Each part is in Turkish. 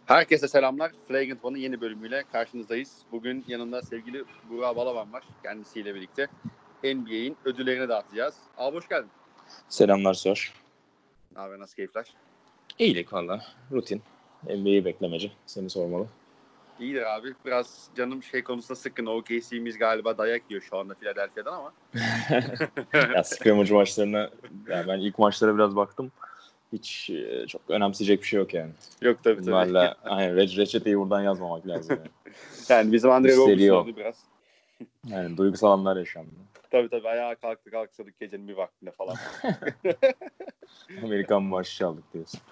Herkese selamlar. Flagrant One'ın yeni bölümüyle karşınızdayız. Bugün yanımda sevgili Burak Balaban var. Kendisiyle birlikte NBA'in ödüllerini dağıtacağız. Abi hoş geldin. Selamlar Sör. Abi nasıl keyifler? İyilik valla. Rutin. NBA'yi beklemeci. Seni sormalı. İyidir abi. Biraz canım konusunda sıkkın. OKC'miz galiba dayak yiyor şu anda Philadelphia'dan ama. Ya scrimmage maçlarına ben ilk maçlara biraz baktım. Hiç çok önemseyecek bir şey yok yani. Yok tabii. Bunlarla aynen reçeteyi buradan yazmamak lazım yani. Yani bizim Andre Robertson oldu biraz. Yani duygusal anlar yaşandı. Tabii ayağa kalksadık gecenin bir vaktinde falan. Amerikan marşı çaldık diyorsun.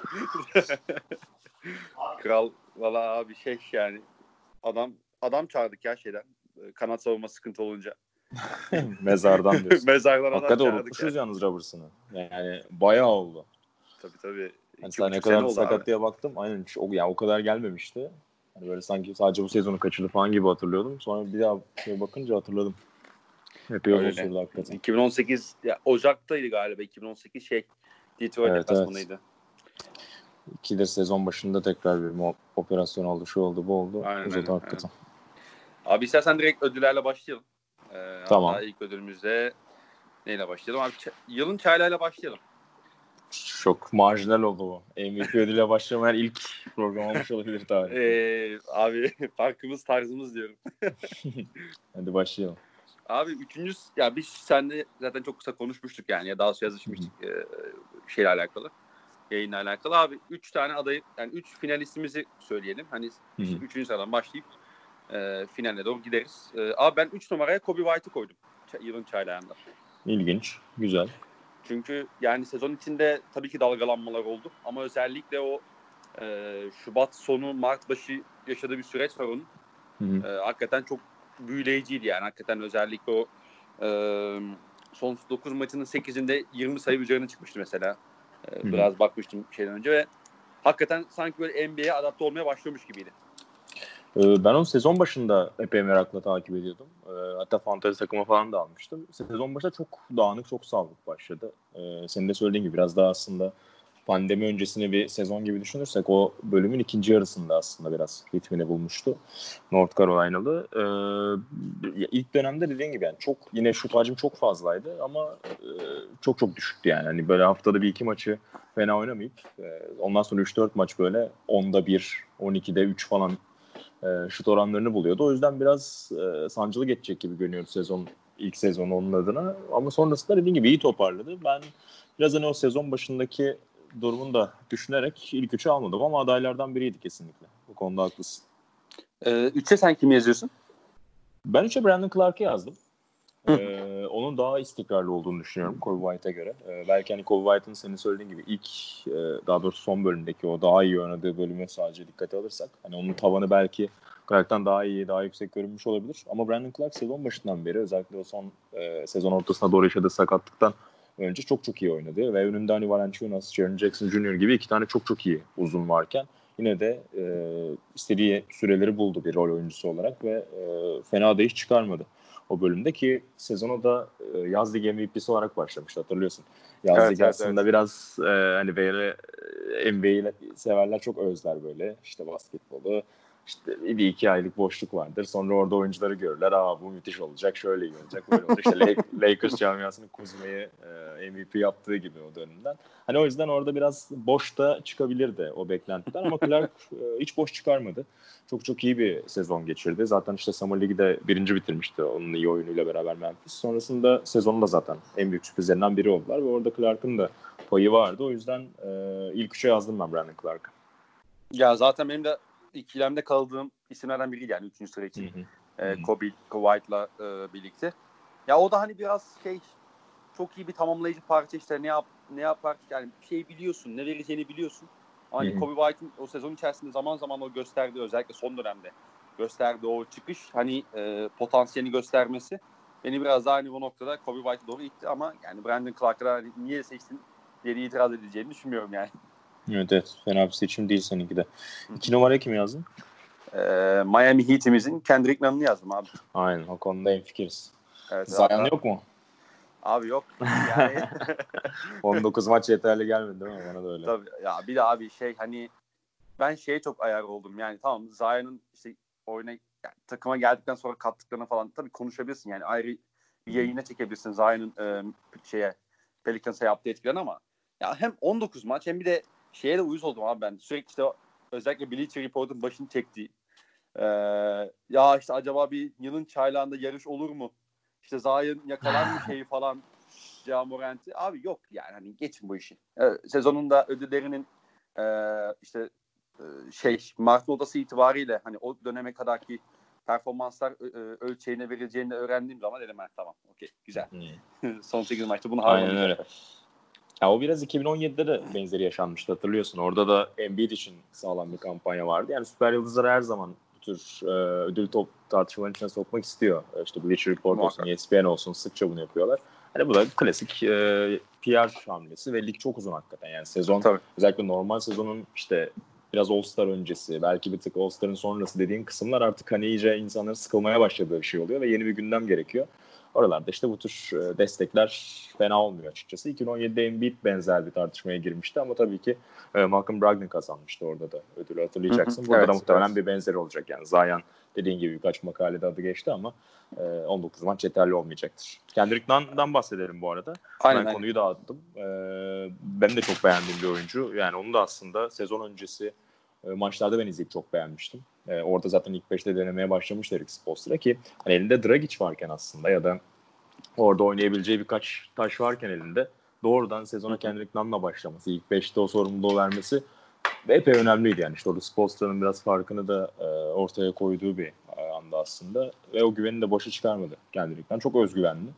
Kral valla abi yani adam çağırdık ya kanat savunma sıkıntı olunca. Mezardan diyorsun. Mezardan adam hakikaten çağırdık. unutmuşuz yalnız Robertson'ı. Yani bayağı oldu. Tabii. Yani sen ne kadar sakat diye baktım. Aynen o kadar gelmemişti. Hani böyle sanki sadece bu sezonu kaçırdı falan gibi hatırlıyordum. Sonra bir daha bakınca hatırladım. Epey uzun sürdü hakikaten. 2018 Ocak'taydı galiba. 2018 Detroit deplasmanıydı. Evet. İkidir sezon başında tekrar bir operasyon oldu, şu oldu, bu oldu. Aynen. Hakikaten. Abi istersen direkt ödüllerle başlayalım. Tamam. Hatta ilk ödülümüzde neyle başlayalım? Abi yılın çaylayla başlayalım. Çok marjinal oldu bu. MVP ödülle başlamayan ilk program olmuş olabilir tarihte. Abi farkımız tarzımız diyorum. Hadi başlayalım. Abi üçüncü biz seninle zaten çok kısa konuşmuştuk yani ya daha sonra yazışmıştık şeyle alakalı. Yayınla alakalı. Abi 3 tane adayı yani 3 finalistimizi söyleyelim. Hani 3. sıradan başlayıp finaline doğru gideriz. Abi ben 3 numaraya Kobe White'ı koydum. Yılın çaylağında. İlginç. Güzel. Çünkü yani sezon içinde tabii ki dalgalanmalar oldu. Ama özellikle o Şubat sonu Mart başı yaşadığı bir süreç var onun. Hakikaten çok büyüleyiciydi yani. Hakikaten özellikle o son 9 maçının 8'inde 20 sayı üzerine çıkmıştı mesela. Biraz bakmıştım şeyden önce ve hakikaten sanki böyle NBA'ye adapte olmaya başlamış gibiydi. Ben onu sezon başında epey merakla takip ediyordum. Hatta fantezi takıma falan da almıştım. Sezon başında çok dağınık, çok sağlık başladı. Senin de söylediğin gibi biraz daha aslında pandemi öncesini bir sezon gibi düşünürsek o bölümün ikinci yarısında aslında biraz ritmini bulmuştu. North Carolina'lı. İlk dönemde dediğin gibi yani çok yine şut hacmi çok fazlaydı ama çok düşüktü yani. Hani böyle haftada bir iki maçı fena oynamayıp ondan sonra 3-4 maç böyle 10'da 1, 12'de 3 falan şut oranlarını buluyordu. O yüzden biraz sancılı geçecek gibi görünüyordu ilk sezonu onun adına. Ama sonrasında dediğim gibi iyi toparladı. Ben biraz hani o sezon başındaki durumunu da düşünerek ilk üçü almadım ama adaylardan biriydi kesinlikle. Bu konuda haklısın. 3'e sen kimi yazıyorsun? Ben 3'e Brandon Clark'ı yazdım. Onun daha istikrarlı olduğunu düşünüyorum Kobe White'a göre. Belki hani Kobe White'ın senin söylediğin gibi ilk daha doğrusu son bölümdeki o daha iyi oynadığı bölüme sadece dikkate alırsak hani onun tavanı belki Clark'tan daha iyi, daha yüksek görünmüş olabilir. Ama Brandon Clark sezon başından beri özellikle o son sezon ortasına doğru yaşadığı sakatlıktan önce çok iyi oynadı. Ve önünde hani Valanciunas, Jaren Jackson Jr. gibi iki tane çok iyi uzun varken yine de istediği süreleri buldu bir rol oyuncusu olarak ve fena da iş çıkarmadı o bölümde ki sezonu da Yaz Ligi MVP'si olarak başlamıştı hatırlıyorsun. Yaz Ligi aslında biraz hani böyle NBA'yi severler çok özler böyle işte basketbolu. İşte bir iki aylık boşluk vardır. Sonra orada oyuncuları görürler. Bu müthiş olacak, şöyle iyi olacak, böyle olacak. İşte Lakers camiasının Kuzma'yı MVP yaptığı gibi o dönemden. Hani o yüzden orada biraz boş da çıkabilirdi o beklentiler ama Clark hiç boş çıkarmadı. Çok iyi bir sezon geçirdi. Zaten işte Summer League'i de birinci bitirmişti onun iyi oyunuyla beraber Memphis. Sonrasında sezonu da zaten en büyük sürprizlerinden biri oldular ve orada Clark'ın da payı vardı. O yüzden ilk üçe yazdım ben Brandon Clark'ı. Ya zaten benim de ikilemde kaldığım isimlerden biriydi yani 3. sıra için. Kobe White'la birlikte. Ya o da hani biraz çok iyi bir tamamlayıcı parça işte ne yapar yani bir şey biliyorsun, ne vereceğini biliyorsun. Hani Kobe White'ın o sezon içerisinde zaman zaman o gösterdiği özellikle son dönemde gösterdiği o çıkış hani potansiyelini göstermesi beni biraz daha hani bu noktada Kobe White'a doğru itti ama yani Brandon Clark'ı hani niye seçtin diye itiraz edeceğini düşünmüyorum yani. Evet. Fena bir seçim değil seninki de. 2 numaraya kimi yazdın? Miami Heat'imizin Kendrick Nunn'ını yazdım abi. Aynen. O konuda hemfikiriz. Evet, Zion yok mu? Abi yok. Yani 19 maç yeterli gelmedi değil mi? Bana da öyle. Tabii. Ya bir de abi hani ben şeye çok ayar oldum. Yani tamam Zion'ın işte oyuna yani takıma geldikten sonra kattıklarına falan tabii konuşabilirsin. Yani ayrı bir yayına çekebilirsin Zion'ın Pelicans'a yaptığı etkilerini ama ya hem 19 maç hem bir de şeye de uyuz oldum abi ben. Sürekli işte özellikle Bleacher Report'un başını çektiği ya işte acaba bir yılın çaylağında yarış olur mu? İşte Zion yakalar mı şeyi falan Ja Morant'i. Abi yok yani hani geçin bu işi. Sezonunda ödüllerinin işte Mart notası itibariyle hani o döneme kadarki performanslar ölçeğine verileceğini öğrendiğim zaman dedim tamam okey güzel. Son 8 maçta bunu harcamayacaklar. Aynen öyle. Ya o biraz 2017'de de benzeri yaşanmıştı hatırlıyorsun. Orada da Embiid için sağlam bir kampanya vardı. Yani süper yıldızları her zaman bu tür ödül tartışmaların içine sokmak istiyor. İşte Bleacher Report olsun, ESPN olsun sıkça bunu yapıyorlar. Hani bu da klasik PR hamlesi ve lig çok uzun hakikaten. Yani sezon özellikle normal sezonun işte biraz All-Star öncesi, belki bir tık All-Star'ın sonrası dediğin kısımlar artık hani iyice insanların sıkılmaya başladığı bir şey oluyor ve yeni bir gündem gerekiyor. Oralarda işte bu tür destekler fena olmuyor açıkçası. 2017'de Embiid benzer bir tartışmaya girmişti ama tabii ki Malcolm Brogdon kazanmıştı orada da ödülü hatırlayacaksın. Burada da muhtemelen bir benzeri olacak. Yani Zion dediğin gibi birkaç makalede adı geçti ama 19 maç yeterli olmayacaktır. Kendrick Nunn'dan bahsedelim bu arada. Ben konuyu dağıttım. Ben de çok beğendiğim bir oyuncu. Yani onu da aslında sezon öncesi maçlarda ben izleyip çok beğenmiştim. Orada zaten ilk 5'te denemeye başlamıştı Eric Spoelstra ki hani elinde Dragic varken aslında ya da orada oynayabileceği birkaç taş varken elinde doğrudan sezona Kendrick Nunn'la başlaması, ilk 5'te o sorumluluğu vermesi epey önemliydi yani. İşte orada Spoelstra'nın biraz farkını da ortaya koyduğu bir anda aslında ve o güveni de boşa çıkarmadı Kendrick Nunn. Çok özgüvenli.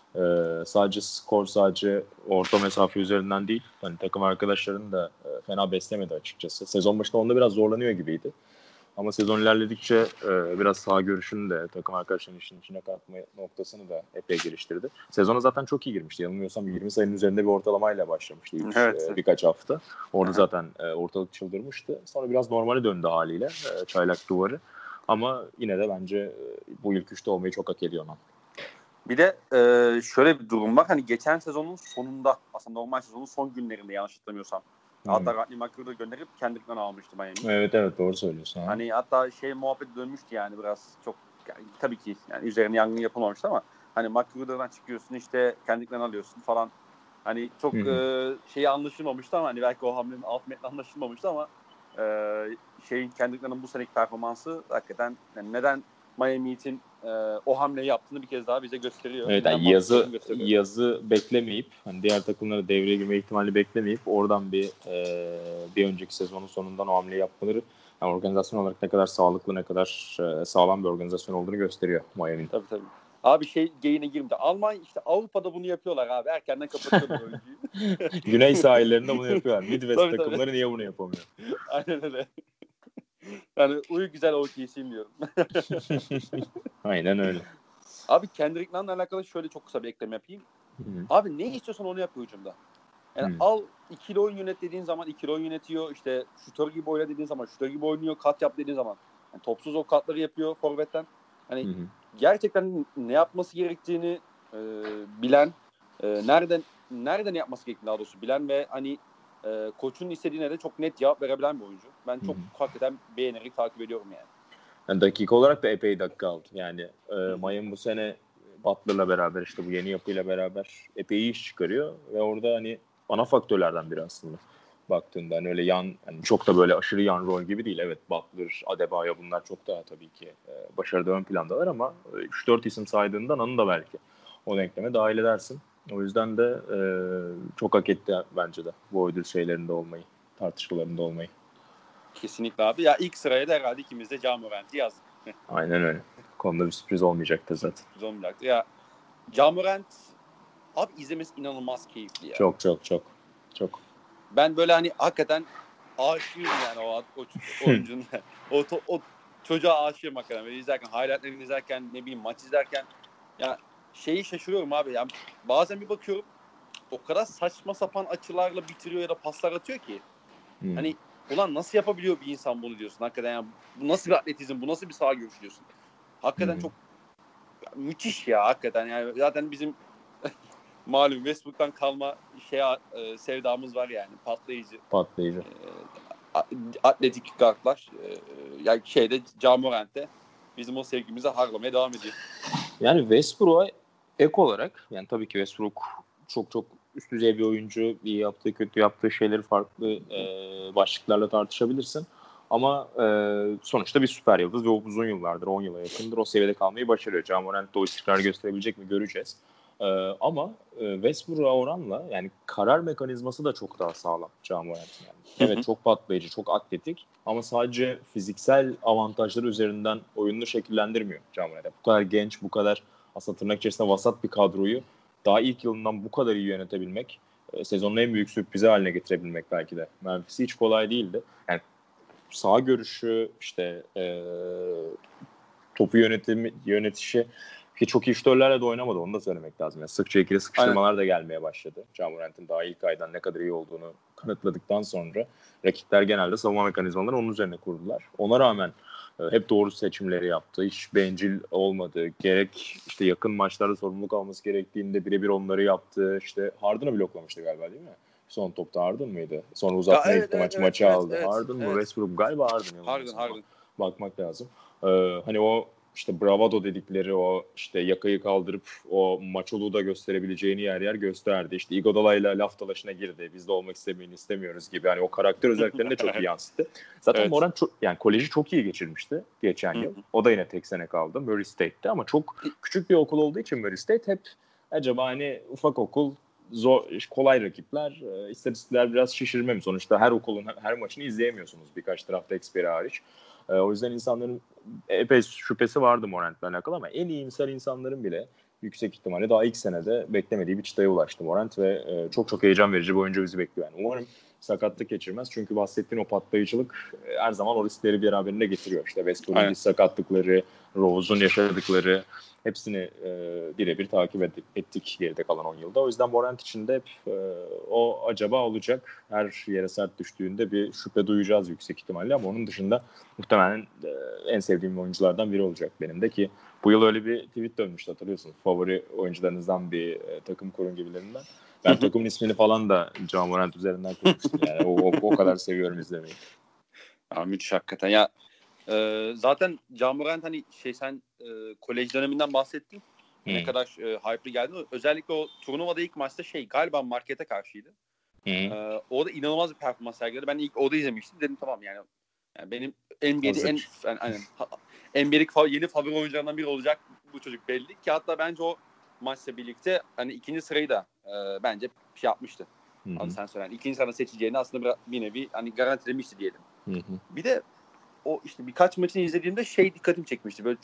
Sadece skor, sadece orta mesafe üzerinden değil. Hani takım arkadaşlarını da fena beslemedi açıkçası. Sezon başında onda biraz zorlanıyor gibiydi. Ama sezon ilerledikçe biraz sağ görüşünü de takım arkadaşlarının işin içine katma noktasını da epey geliştirdi. Sezona zaten çok iyi girmişti. Yanılmıyorsam 20 sayının üzerinde bir ortalamayla başlamıştı birkaç hafta. Orada zaten ortalık çıldırmıştı. Sonra biraz normale döndü haliyle çaylak duvarı. Ama yine de bence bu ilk üçte olmayı çok hak ediyor ona. Bir de şöyle bir durum var. Hani geçen sezonun sonunda aslında normal sezonun son günlerinde yanlış hatırlamıyorsam. Hatta Rodney McGruder'ı gönderip Kendrick'den almıştı Miami. Evet doğru söylüyorsun. Hani hatta muhabbet dönmüştü yani biraz çok yani, tabii ki yani üzerine yangın yapılmamıştı ama hani McGruder'dan çıkıyorsun işte Kendrick'den alıyorsun falan. Hani çok anlaşılmamıştı ama hani belki o hamlenin alt metni anlaşılmamıştı ama Kendrick'den bu seneki performansı hakikaten yani neden Miami Heat'in o hamleyi yaptığını bir kez daha bize gösteriyor. Evet yani yazı beklemeyip hani diğer takımlara devreye girme ihtimali beklemeyip oradan bir önceki sezonun sonundan o hamleyi yapmaları yani organizasyon olarak ne kadar sağlıklı ne kadar sağlam bir organizasyon olduğunu gösteriyor Miami'nin. Tabii. Abi geyine girmedi. Almanya işte Avrupa'da bunu yapıyorlar abi. Erkenden kapatıyorlar oyuncuyu. Güney sahillerinde bunu yapıyorlar. Midwest takımları niye bunu yapamıyor? Aynen öyle. Yani uyu güzel OKC'yim diyorum. Aynen öyle. Abi Kendrick Nunn'la alakalı şöyle çok kısa bir ekleme yapayım. Hı-hı. Abi ne istiyorsan onu yapıyor hücumda. Yani al ikili oyun yönet dediğin zaman ikili oyun yönetiyor. İşte şutör gibi oyna dediğin zaman şutör gibi oynuyor. Kat yap dediğin zaman. Yani topsuz o katları yapıyor forvetten. Hani gerçekten ne yapması gerektiğini bilen, nereden yapması gerektiğini daha doğrusu bilen ve hani koçun istediğine de çok net cevap verebilen bir oyuncu. Ben çok hakikaten beğenerek takip ediyorum yani. Yani dakika olarak da epey dakika aldı. Yani Miami bu sene Butler'la beraber işte bu yeni yapıyla beraber epey iyi iş çıkarıyor ve orada hani ana faktörlerden biri aslında baktığında hani öyle hani çok da böyle aşırı yan rol gibi değil. Evet Butler, Adebayo bunlar çok daha tabii ki başarıda ön plandalar ama 3-4 isim saydığından onu da belki o denkleme dahil edersin. O yüzden de çok hak etti bence de bu ödül şeylerinde olmayı, tartışmalarında olmayı. Kesinlikle abi. Ya ilk sıraya da herhalde ikimiz de Ja Morant'i yazdık. Aynen öyle. Konuda bir sürpriz olmayacaktı zaten. Sürpriz olmayacaktı. Ya Ja Morant abi izlemesi inanılmaz keyifli ya. Çok. Ben böyle hani hakikaten aşığım yani o oyuncunun. o çocuğa aşığım hakikaten. Böyle izlerken, highlightlerini izlerken, ne bileyim maç izlerken ya şaşırıyorum abi. Yani bazen bir bakıyorum o kadar saçma sapan açılarla bitiriyor ya da paslar atıyor ki. Hani ulan nasıl yapabiliyor bir insan bunu diyorsun. Hakikaten yani bu nasıl bir atletizm, bu nasıl bir saha görüşü diyorsun. Hakikaten çok müthiş ya hakikaten. Yani zaten bizim malum Westbrook'tan kalma sevdamız var yani patlayıcı. atletik guardlar yani Ja Morant'te bizim o sevgimizi harlamaya devam ediyor. Yani Westbrook'a ek olarak yani tabii ki Westbrook çok üst düzey bir oyuncu. İyi yaptığı, kötü yaptığı şeyleri farklı başlıklarla tartışabilirsin. Ama sonuçta bir süper yıldız ve uzun yıllardır, 10 yıla yakındır o seviyede kalmayı başarıyor. Ja Morant da o istikrar gösterebilecek mi göreceğiz. Ama Westbrook'a oranla yani karar mekanizması da çok daha sağlam Ja Morant'in. Yani. Evet, çok patlayıcı, çok atletik ama sadece fiziksel avantajları üzerinden oyununu şekillendirmiyor Ja Morant. Bu kadar genç, bu kadar aslında tırnak içerisinde vasat bir kadroyu daha ilk yılından bu kadar iyi yönetebilmek, sezonun en büyük sürprizi haline getirebilmek belki de. Memphis'i hiç kolay değildi. Yani sağ görüşü, işte topu yönetişi ki çok iyi şutörlerle de oynamadı, onu da söylemek lazım. Yani sıkça ikili sıkıştırmalar da gelmeye başladı. Ja Morant'in daha ilk aydan ne kadar iyi olduğunu kanıtladıktan sonra rakipler genelde savunma mekanizmalarını onun üzerine kurdular. Ona rağmen hep doğru seçimleri yaptı. Hiç bencil olmadı. Gerek işte yakın maçlarda sorumluluk alması gerektiğinde birebir onları yaptı. İşte Harden'ı bloklamıştı galiba, değil mi? Son topta Harden mıydı? Sonra uzatmaya gitti, maçı aldı. Harden mı Westbrook? Galiba Harden. Bakmak lazım. Hani o işte bravado dedikleri o işte yakayı kaldırıp o maçoluğu da gösterebileceğini yer yer gösterdi. İşte Iguodala'yla laf dalaşına girdi. Biz de olmak istemiyoruz gibi. Hani o karakter özelliklerini de çok iyi yansıttı. Zaten Morant yani koleji çok iyi geçirmişti geçen yıl. O da yine tek sene kaldı. Murray State'te ama çok küçük bir okul olduğu için Murray State hep acaba hani ufak okul, zor, kolay rakipler, istatistikler biraz şişirme mi? Sonuçta her okulun her maçını izleyemiyorsunuz birkaç tarafta eksperi hariç. O yüzden insanların epey şüphesi vardı Morant'le alakalı ama en iyimser insanların bile yüksek ihtimalle daha ilk senede beklemediği bir çıtaya ulaştı Morant ve çok heyecan verici bir oyuncu bizi bekliyor. Yani umarım sakatlık geçirmez. Çünkü bahsettiğin o patlayıcılık her zaman o riskleri beraberinde getiriyor. İşte Westbrook'un sakatlıkları, Rose'un yaşadıkları hepsini birebir takip ettik geride kalan 10 yılda. O yüzden Morant için de hep o acaba olacak. Her yere sert düştüğünde bir şüphe duyacağız yüksek ihtimalle ama onun dışında muhtemelen en sevdiğim oyunculardan biri olacak benim de ki bu yıl öyle bir tweet dönmüştü, hatırlıyorsun. Favori oyuncularınızdan bir takım kurun gibilerinden. Ben takımın ismini falan da Ja Morant üzerinden kurmuştum. Yani o kadar seviyorum izlemeyi. Ya, müthiş hakikaten. Ya zaten Ja Morant hani sen kolej döneminden bahsettin. Ne kadar hype'lı geldi. Özellikle o turnuvada ilk maçta galiba Marquette'e karşıydı. Orada inanılmaz bir performans sergiledi. Ben ilk orada izlemiştim. Dedim tamam yani benim NBA'de NBA'deki yeni favori oyuncularından biri olacak bu çocuk belli ki, hatta bence o maçla birlikte hani ikinci sırayı da bence yapmıştı. Abi sen söylen. İkinci sırada seçileceğini aslında bir nevi hani garantilemişti diyelim. Bir de o işte birkaç maçını izlediğimde dikkatimi çekmişti. Böyle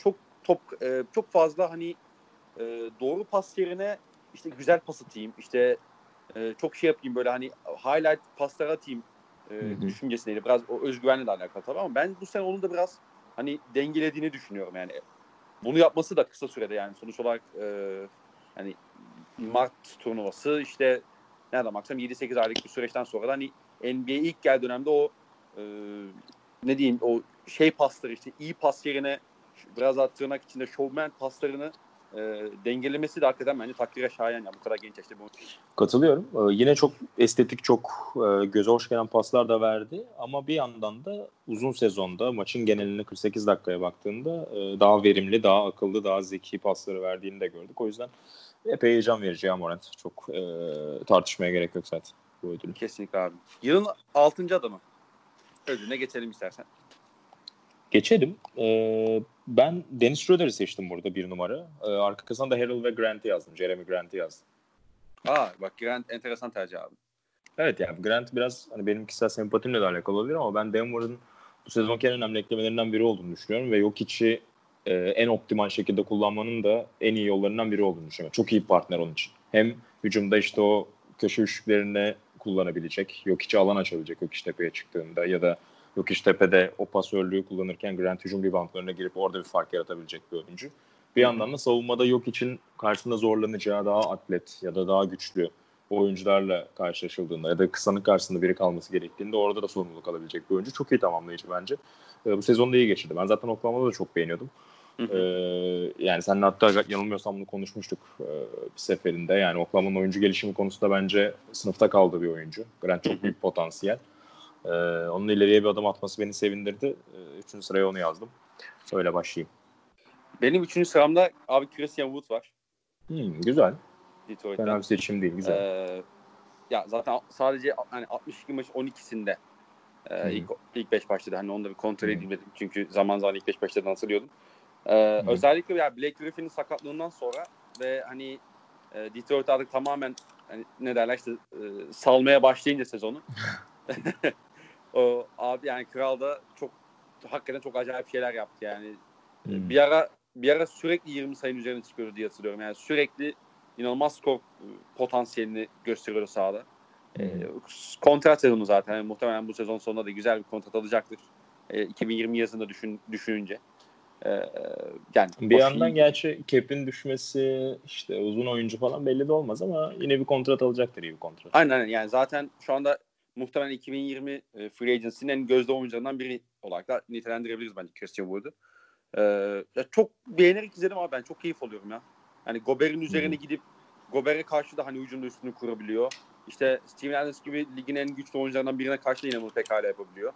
çok fazla hani doğru pas yerine işte güzel pas atayım, işte çok yapayım, böyle hani highlight paslar atayım düşüncesiyle, biraz o özgüvenle de alakalı tabii ama ben bu sene onun da biraz hani dengelediğini düşünüyorum yani. Bunu yapması da kısa sürede, yani sonuç olarak hani Mart turnuvası işte nereden baksam 7-8 aylık bir süreçten sonra da hani NBA'ye ilk geldiği dönemde o ne diyeyim, o pasları, işte iyi pas yerine biraz daha tırnak içinde showman paslarını dengelemesi de hakikaten bence takdire şayan ya, bu kadar genç yaşta. Katılıyorum. Yine çok estetik, çok göze hoş gelen paslar da verdi ama bir yandan da uzun sezonda maçın genelini 48 dakikaya baktığında daha verimli, daha akıllı, daha zeki pasları verdiğini de gördük. O yüzden epey heyecan verici ya Morant. Çok tartışmaya gerek yok zaten bu ödülü. Kesinlikle abi. Yılın 6. adamı. Ödülüne geçelim istersen. Geçelim. Ben Dennis Schroeder'i seçtim burada 1 numara. Arkasından da Harrell ve Grant'i yazdım. Jeremy Grant'i yazdım. Bak Grant enteresan tercih abi. Evet yani Grant biraz hani benim kişisel sempatimle de alakalı olabilir ama ben Denver'ın bu sezonki en önemli eklemelerinden biri olduğunu düşünüyorum ve Jokic'i en optimal şekilde kullanmanın da en iyi yollarından biri olduğunu düşünüyorum. Çok iyi partner onun için. Hem hücumda işte o köşe üçlüklerini kullanabilecek, Jokic'e alan açabilecek Jokic tepeye çıktığında ya da Jokic tepede o pasörlüğü kullanırken Grant hücum reboundlarına girip orada bir fark yaratabilecek bir oyuncu. Bir yandan da savunmada Jokic'in karşısında zorlanacağı daha atlet ya da daha güçlü oyuncularla karşılaşıldığında ya da kısanın karşısında biri kalması gerektiğinde orada da sorumluluk alabilecek bir oyuncu. Çok iyi tamamlayıcı bence. Bu sezonda iyi geçirdi. Ben zaten Oklahoma'da da çok beğeniyordum. Yani seninle hatta yanılmıyorsam bunu konuşmuştuk bir seferinde. Yani Oklahoma'nın oyuncu gelişimi konusunda bence sınıfta kaldığı bir oyuncu. Grant çok büyük potansiyel. Onun ileriye bir adım atması beni sevindirdi. 3. sıraya onu yazdım. Öyle başlayayım. Benim 3. sıramda abi Christian Wood var. Güzel. Detroit'ten. Fena bir seçim değil. Güzel. Ya zaten sadece hani 62 maç 12'sinde ilk 5 başladı. Hani onu da bir kontrol edilmedim. Çünkü zaman zaman ilk 5 başladığını hatırlıyordum. Özellikle ya Blake Griffin'in sakatlığından sonra ve hani Detroit artık tamamen hani ne derler işte salmaya başlayınca sezonu. O abi yani Kral da hakikaten çok acayip şeyler yaptı yani. Bir ara sürekli 20 sayının üzerine çıkıyordu diye hatırlıyorum. Yani sürekli inanılmaz skor potansiyelini gösteriyordu sahada. Kontrat sezonu zaten. Yani muhtemelen bu sezon sonunda da güzel bir kontrat alacaktır. 2020 yazında düşününce. Yani bir yandan gerçi cap'in düşmesi işte uzun oyuncu falan belli de olmaz ama yine bir kontrat alacaktır, iyi bir kontrat. Aynen yani zaten şu anda muhtemelen 2020 Free Agency'nin en gözde oyuncularından biri olarak da nitelendirebiliriz bence Christian Wood'u. Çok beğenerek izledim ama ben çok keyif alıyorum ya. Yani Gobert'in üzerine gidip Gobert'e karşı da hani hücumda üstünü kurabiliyor. İşte Steven Adams gibi ligin en güçlü oyuncularından birine karşı da yine bunu pekala yapabiliyor.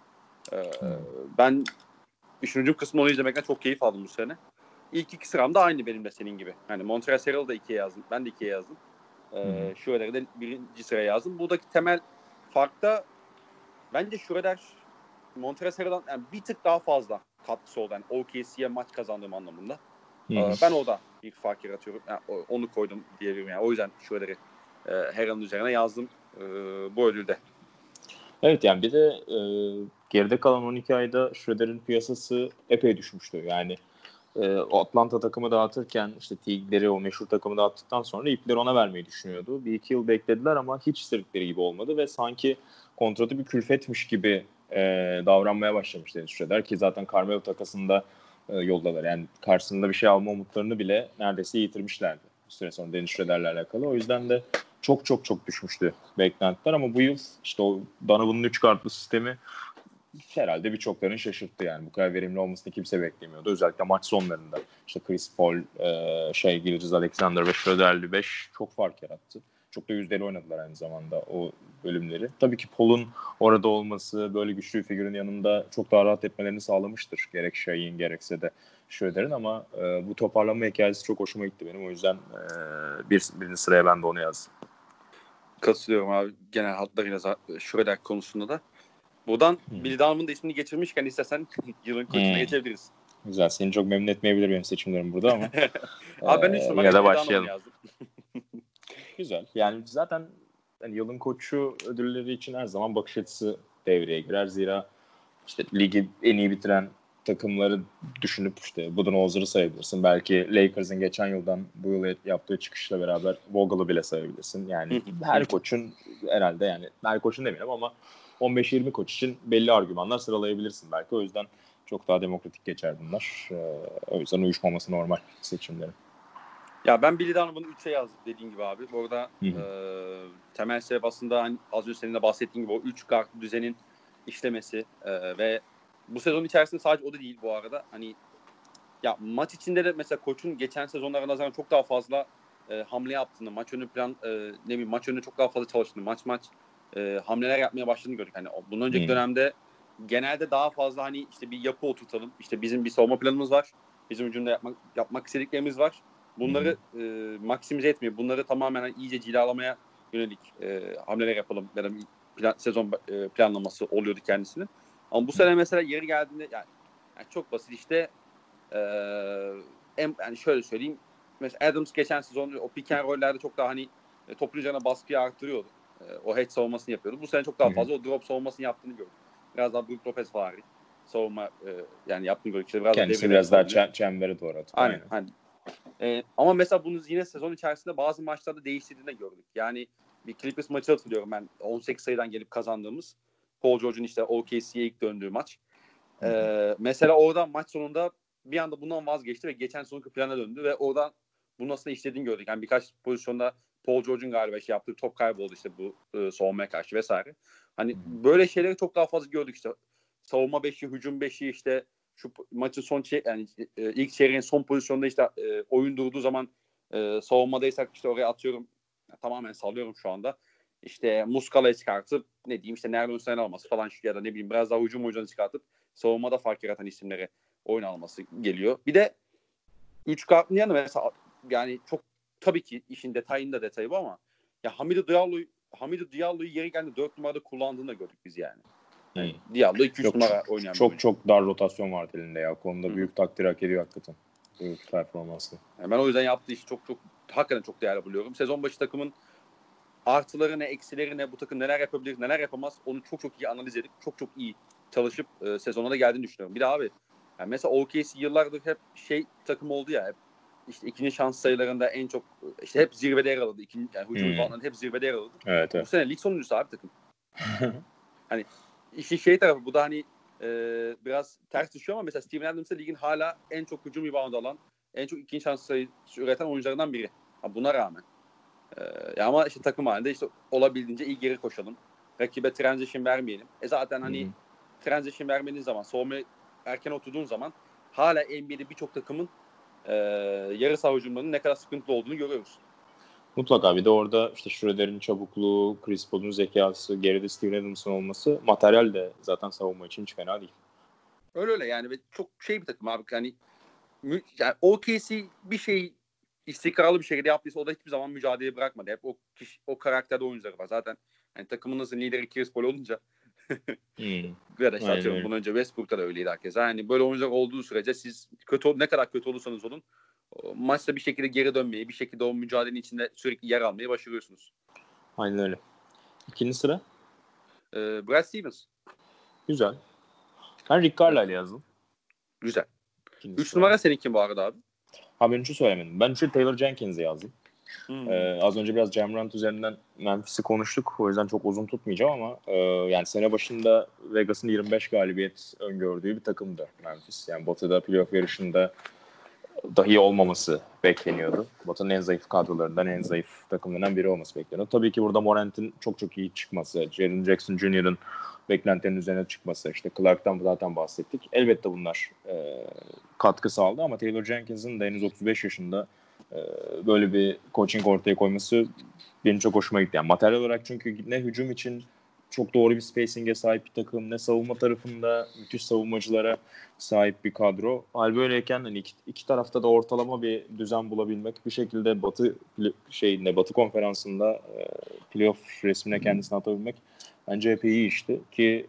Ben üçüncü kısmını onu izlemekten çok keyif aldım bu sene. İlk 2 sıram da aynı benim de senin gibi. Hani Montrezl Harrell'ı da 2'ye yazdım. Ben de 2'ye yazdım. Schroeder'i de 1. sıraya yazdım. Buradaki temel fark da bence Schroeder Montrezl Harrell'dan yani bir tık daha fazla katkısı oldu. Yani OKC'ye maç kazandığım anlamında. Ben orada bir fark yaratıyorum. Yani onu koydum diyebilirim. Yani. O yüzden Schroeder'i Harrell'ın üzerine yazdım bu ödülde. Evet yani bir de geride kalan 12 ayda Schroeder'in piyasası epey düşmüştü. Yani o Atlanta takımı dağıtırken işte Tigleri o meşhur takımı dağıttıktan sonra ipleri ona vermeyi düşünüyordu. 1-2 yıl beklediler ama hiç istedikleri gibi olmadı ve sanki kontratı bir külfetmiş gibi davranmaya başlamış Dennis Schroeder ki zaten Carmelo takasında yoldalar. Yani karşısında bir şey alma umutlarını bile neredeyse yitirmişlerdi bir süre sonra Dennis Schroeder'le alakalı. O yüzden de çok düşmüştü beklentiler ama bu yıl işte o Donovan'ın 3 kartlı sistemi herhalde birçoklarını şaşırttı yani. Bu kadar verimli olmasını kimse beklemiyordu. Özellikle maç sonlarında. İşte Chris Paul, Gilgeous-Alexander ve Schroeder'li 5 çok fark yarattı. Çok da yüzdeli oynadılar aynı zamanda o bölümleri. Tabii ki Paul'un orada olması, böyle güçlü bir figürün yanında çok daha rahat etmelerini sağlamıştır. Gerek Shai'in gerekse de Schroeder'in ama bu toparlanma hikayesi çok hoşuma gitti benim. O yüzden birinci sıraya ben de onu yazdım. Katılıyorum abi genel hatlarıyla Schroeder konusunda da. Buradan Billy Donovan'ın da ismini geçirmişken istersen yılın koçuna geçebiliriz. Güzel. Seni çok memnun etmeyebilir benim seçimlerim burada ama. Abi ben 3 numaraya Billy Donovan'ı yazdım. Güzel. Yani zaten yani yılın koçu ödülleri için her zaman bakış açısı devreye girer. Zira işte ligi en iyi bitiren takımları düşünüp işte Budenholzer'ı sayabilirsin. Belki Lakers'ın geçen yıldan bu yıl yaptığı çıkışla beraber Vogel'ı bile sayabilirsin. Yani her koçun herhalde yani her koçun demeyelim ama 15-20 koç için belli argümanlar sıralayabilirsin belki. O yüzden çok daha demokratik geçer bunlar. O yüzden uyuşmaması normal seçimlerin. Ya ben Billy Donovan'ı 3'e yazdım dediğin gibi abi. Bu arada temel sebep aslında hani az önce senin de bahsettiğin gibi o 3 guard düzenin işlemesi ve bu sezon içerisinde sadece o da değil bu arada. Hani ya maç içinde de mesela koçun geçen sezonlara nazaran çok daha fazla hamle yaptığını, maç önü maç önü çok daha fazla çalıştığını, maç hamleler yapmaya başladığını gördük. Hani bundan önceki dönemde genelde daha fazla hani işte bir yapı oturtalım. İşte bizim bir savunma planımız var. Bizim hücumda yapmak istediklerimiz var. Bunları maksimize etmiyor. Bunları tamamen hani iyice cilalamaya yönelik hamleler yapalım. Ya da sezon planlaması oluyordu kendisinin. Ama bu sene mesela yeri geldiğinde yani çok basit işte yani şöyle söyleyeyim. Mesela Adams geçen sezon o pick and roll'lerde çok daha hani topun üzerine baskıyı arttırıyordu. O hedge savunmasını yapıyordu. Bu sene çok daha fazla o drop savunmasını yaptığını gördük. Biraz daha Brook Lopez vari savunma yani yaptığını gördük. İşte kendisi biraz daha çembere doğru atıyor. Aynen. Hani, ama mesela bunu yine sezon içerisinde bazı maçlarda değiştirdiğini de gördük. Yani bir Clippers maçı hatırlıyorum ben 18 sayıdan gelip kazandığımız Paul George'un işte OKC'ye ilk döndüğü maç. Mesela orada maç sonunda bir anda bundan vazgeçti ve geçen sonraki plana döndü ve oradan bunu nasıl işlediğini gördük. Yani birkaç pozisyonda Paul George'un galiba yaptığı top kayboldu işte bu savunmaya karşı vesaire. Hani böyle şeyleri çok daha fazla gördük işte. Savunma 5'i, hücum 5'i işte şu maçın yani ilk çeyreğin son pozisyonda işte oyun durduğu zaman savunmadaysak işte oraya atıyorum tamamen sallıyorum şu anda. işte Muscala'yı çıkartıp ne diyeyim işte Nerlens Noel alması falan ya da ne bileyim biraz daha hücum oyuncularını çıkartıp savunmada fark yaratan isimleri oyun alması geliyor. Bir de 3 kartın yanı mesela yani çok tabii ki işin detayı bu ama ya Hamidou Diallo'yu yeri geldi 4 numarada kullandığını da gördük biz yani. Diallo 2-3 numara oynayan bir oyuncu. Çok dar rotasyon vardı elinde ya. Konuda büyük takdir hak ediyor hakikaten. Büyük performanslı. Yani ben o yüzden yaptığı işi çok hakikaten çok değerli buluyorum. Sezon başı takımın artıları ne, eksileri ne, bu takım neler yapabilir, neler yapamaz onu çok iyi analiz edip çok iyi çalışıp sezona da geldiğini düşünüyorum. Bir de abi yani mesela OKC yıllardır hep takım oldu ya hep işte ikinci şans sayılarında en çok işte hep zirvede yer alırdı. Yani hücum falan hep zirvede yer alırdı. Evet. Bu sene lig sonuncusu abi takım. Hani işin tarafı bu da hani biraz ters düşüyor ama mesela Steven Adams ligin hala en çok hücum rebound alan, en çok ikinci şans sayısı üreten oyuncularından biri. Buna rağmen. Ama işte takım halinde işte olabildiğince iyi geri koşalım. Rakibe transition vermeyelim. Zaten hani transition vermediğin zaman, soğumaya erken oturduğun zaman hala NBA'de birçok takımın yarı saha hücumlarının ne kadar sıkıntılı olduğunu görüyoruz. Mutlaka bir de orada işte Schroeder'in çabukluğu, Chris Paul'un zekası, geride Steven Adams'ın olması materyal de zaten savunma için hiç fena değil. Öyle yani ve çok bir takım abi. Yani OKC bir şey istikrarlı bir şekilde yaptıysa o da hiçbir zaman mücadeleyi bırakmadı. Hep o karakterde oyuncuları var. Zaten yani takımınızın lideri Chris Paul olunca ya da işte atıyorum bundan önce Westbrook'ta da öyleydi herkese. Yani böyle oyuncular olduğu sürece siz ne kadar kötü olursanız olun maçta bir şekilde geri dönmeyi, bir şekilde o mücadelenin içinde sürekli yer almayı başarıyorsunuz. Aynen öyle. İkinci sıra? Brad Stevens. Güzel. Ben Rick Carlisle yazdım. Güzel. 3 numara senin kim bu arada abi? Ben 3'ü söylemedim. Ben 3'ü Taylor Jenkins'i yazdım. Az önce biraz Ja Morant üzerinden Memphis'i konuştuk. O yüzden çok uzun tutmayacağım ama yani sene başında Vegas'ın 25 galibiyet öngördüğü bir takımdı Memphis. Yani Batı'da playoff yarışında dahi olmaması bekleniyordu. Batı'nın en zayıf kadrolarından, en zayıf takımlarından biri olması bekleniyordu. Tabii ki burada Morant'in çok iyi çıkması, Jaren Jackson Jr.'ın beklentilerin üzerine çıkması, işte Clark'tan zaten bahsettik. Elbette bunlar katkı sağladı ama Taylor Jenkins'in de henüz 35 yaşında böyle bir coaching ortaya koyması benim çok hoşuma gitti. Yani materyal olarak çünkü ne hücum için çok doğru bir spacing'e sahip bir takım, ne savunma tarafında müthiş savunmacılara sahip bir kadro. Hal böyleyken hani iki tarafta da ortalama bir düzen bulabilmek, bir şekilde Batı konferansında playoff resmine kendisini atabilmek bence epey iyi işti ki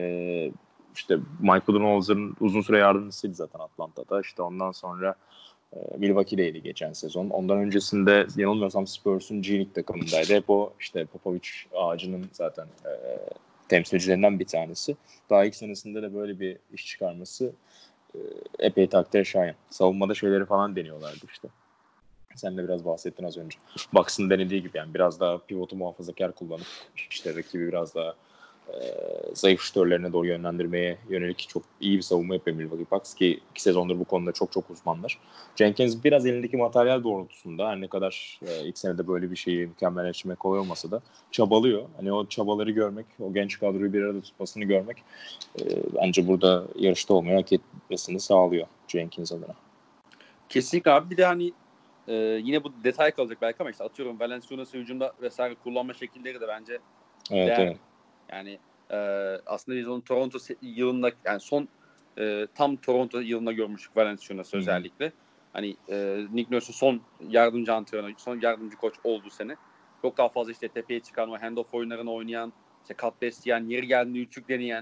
işte Mike Budenholzer'ın uzun süre yardımcısıydı zaten Atlanta'da. İşte ondan sonra Milwaukee'deydi geçen sezon. Ondan öncesinde yanılmıyorsam Spurs'un G League takımındaydı. Hep o işte Popovich ağacının zaten temsilcilerinden bir tanesi. Daha ilk senesinde de böyle bir iş çıkarması epey takdire şayan. Savunmada şeyleri falan deniyorlardı işte. Sen de biraz bahsettin az önce. Bucks'ın denediği gibi yani biraz daha pivotu muhafazakar kullanıp işte rakibi biraz daha zayıf şütörlerine doğru yönlendirmeye yönelik çok iyi bir savunma yapıyor Milwaukee Bucks ki 2 sezondur bu konuda çok uzmanlar. Jenkins biraz elindeki materyal doğrultusunda her ne kadar ilk senede böyle bir şeyi mükemmelleştirmek kolay olmasa da çabalıyor. Hani o çabaları görmek, o genç kadroyu bir arada tutmasını görmek bence burada yarışta olmayı hak etmesini sağlıyor Jenkins adına. Kesinlikle abi. Bir de hani yine bu detay kalacak belki ama işte atıyorum Valenciunas'ı hücumda vesaire kullanma şekilleri de bence değerli. Yani aslında biz onu Toronto yılında yani son tam Toronto yılında görmüştük Valenciunas'ı özellikle. Hani Nick Nurse'un son yardımcı antrenör, son yardımcı koç olduğu sene çok daha fazla işte tepeye çıkan o handoff oyunlarını oynayan, işte kat besleyen, yeri geldiğinde üçlük deneyen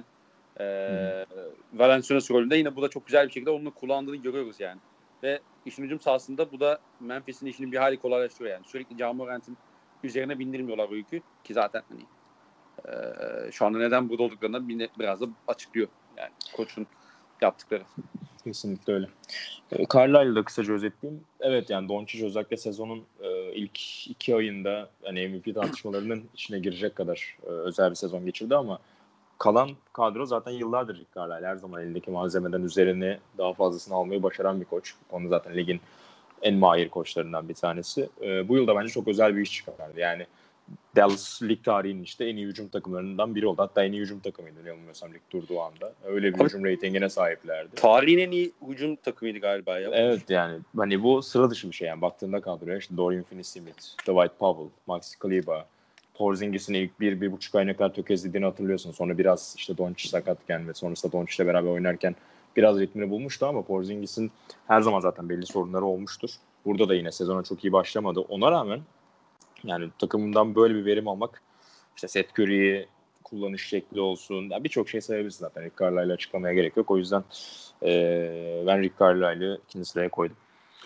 Valenciunas rolünde yine bu da çok güzel bir şekilde onu kullandığını görüyoruz yani. Ve işin hücum sahasında bu da Memphis'in işini bir hali kolaylaştırıyor yani. Sürekli Ja Morant'in üzerine bindirmiyorlar bu yükü ki zaten hani şu anda neden burada olduklarını biraz da açıklıyor yani koçun yaptıkları. Kesinlikle öyle. Carlisle'ı da kısaca özetleyeyim. Evet yani Doncic özellikle sezonun ilk 2 ayında hani MVP tartışmalarının içine girecek kadar özel bir sezon geçirdi ama kalan kadro zaten yıllardır Rick Carlisle. Her zaman elindeki malzemeden üzerine daha fazlasını almayı başaran bir koç. Onu zaten ligin en mahir koçlarından bir tanesi. Bu yılda bence çok özel bir iş çıkardı. Yani Dallas lig tarihinin işte en iyi hücum takımlarından biri oldu. Hatta en iyi hücum takımıydı yanılmıyorsam lig durduğu anda. Öyle bir hücum reytingine sahiplerdi. Tarihin en iyi hücum takımıydı galiba ya. Evet yani bu sıra dışı bir şey yani baktığında kadroya işte Dorian Finney-Smith, Dwight Powell, Maxi Kleber, Porzingis'in ilk 1-1,5 ay ne kadar tökezlediğini hatırlıyorsun. Sonra biraz işte Doncic sakatken ve sonrasında Doncic'le beraber oynarken biraz ritmini bulmuştu ama Porzingis'in her zaman zaten belli sorunları olmuştur. Burada da yine sezona çok iyi başlamadı. Ona rağmen yani takımından böyle bir verim almak, işte Seth Curry'i kullanış şekli olsun. Yani birçok şey sayabilirsin zaten. Rick Carlisle'ı açıklamaya gerek yok. O yüzden ben Rick Carlisle'ı ikinci sıraya koydum.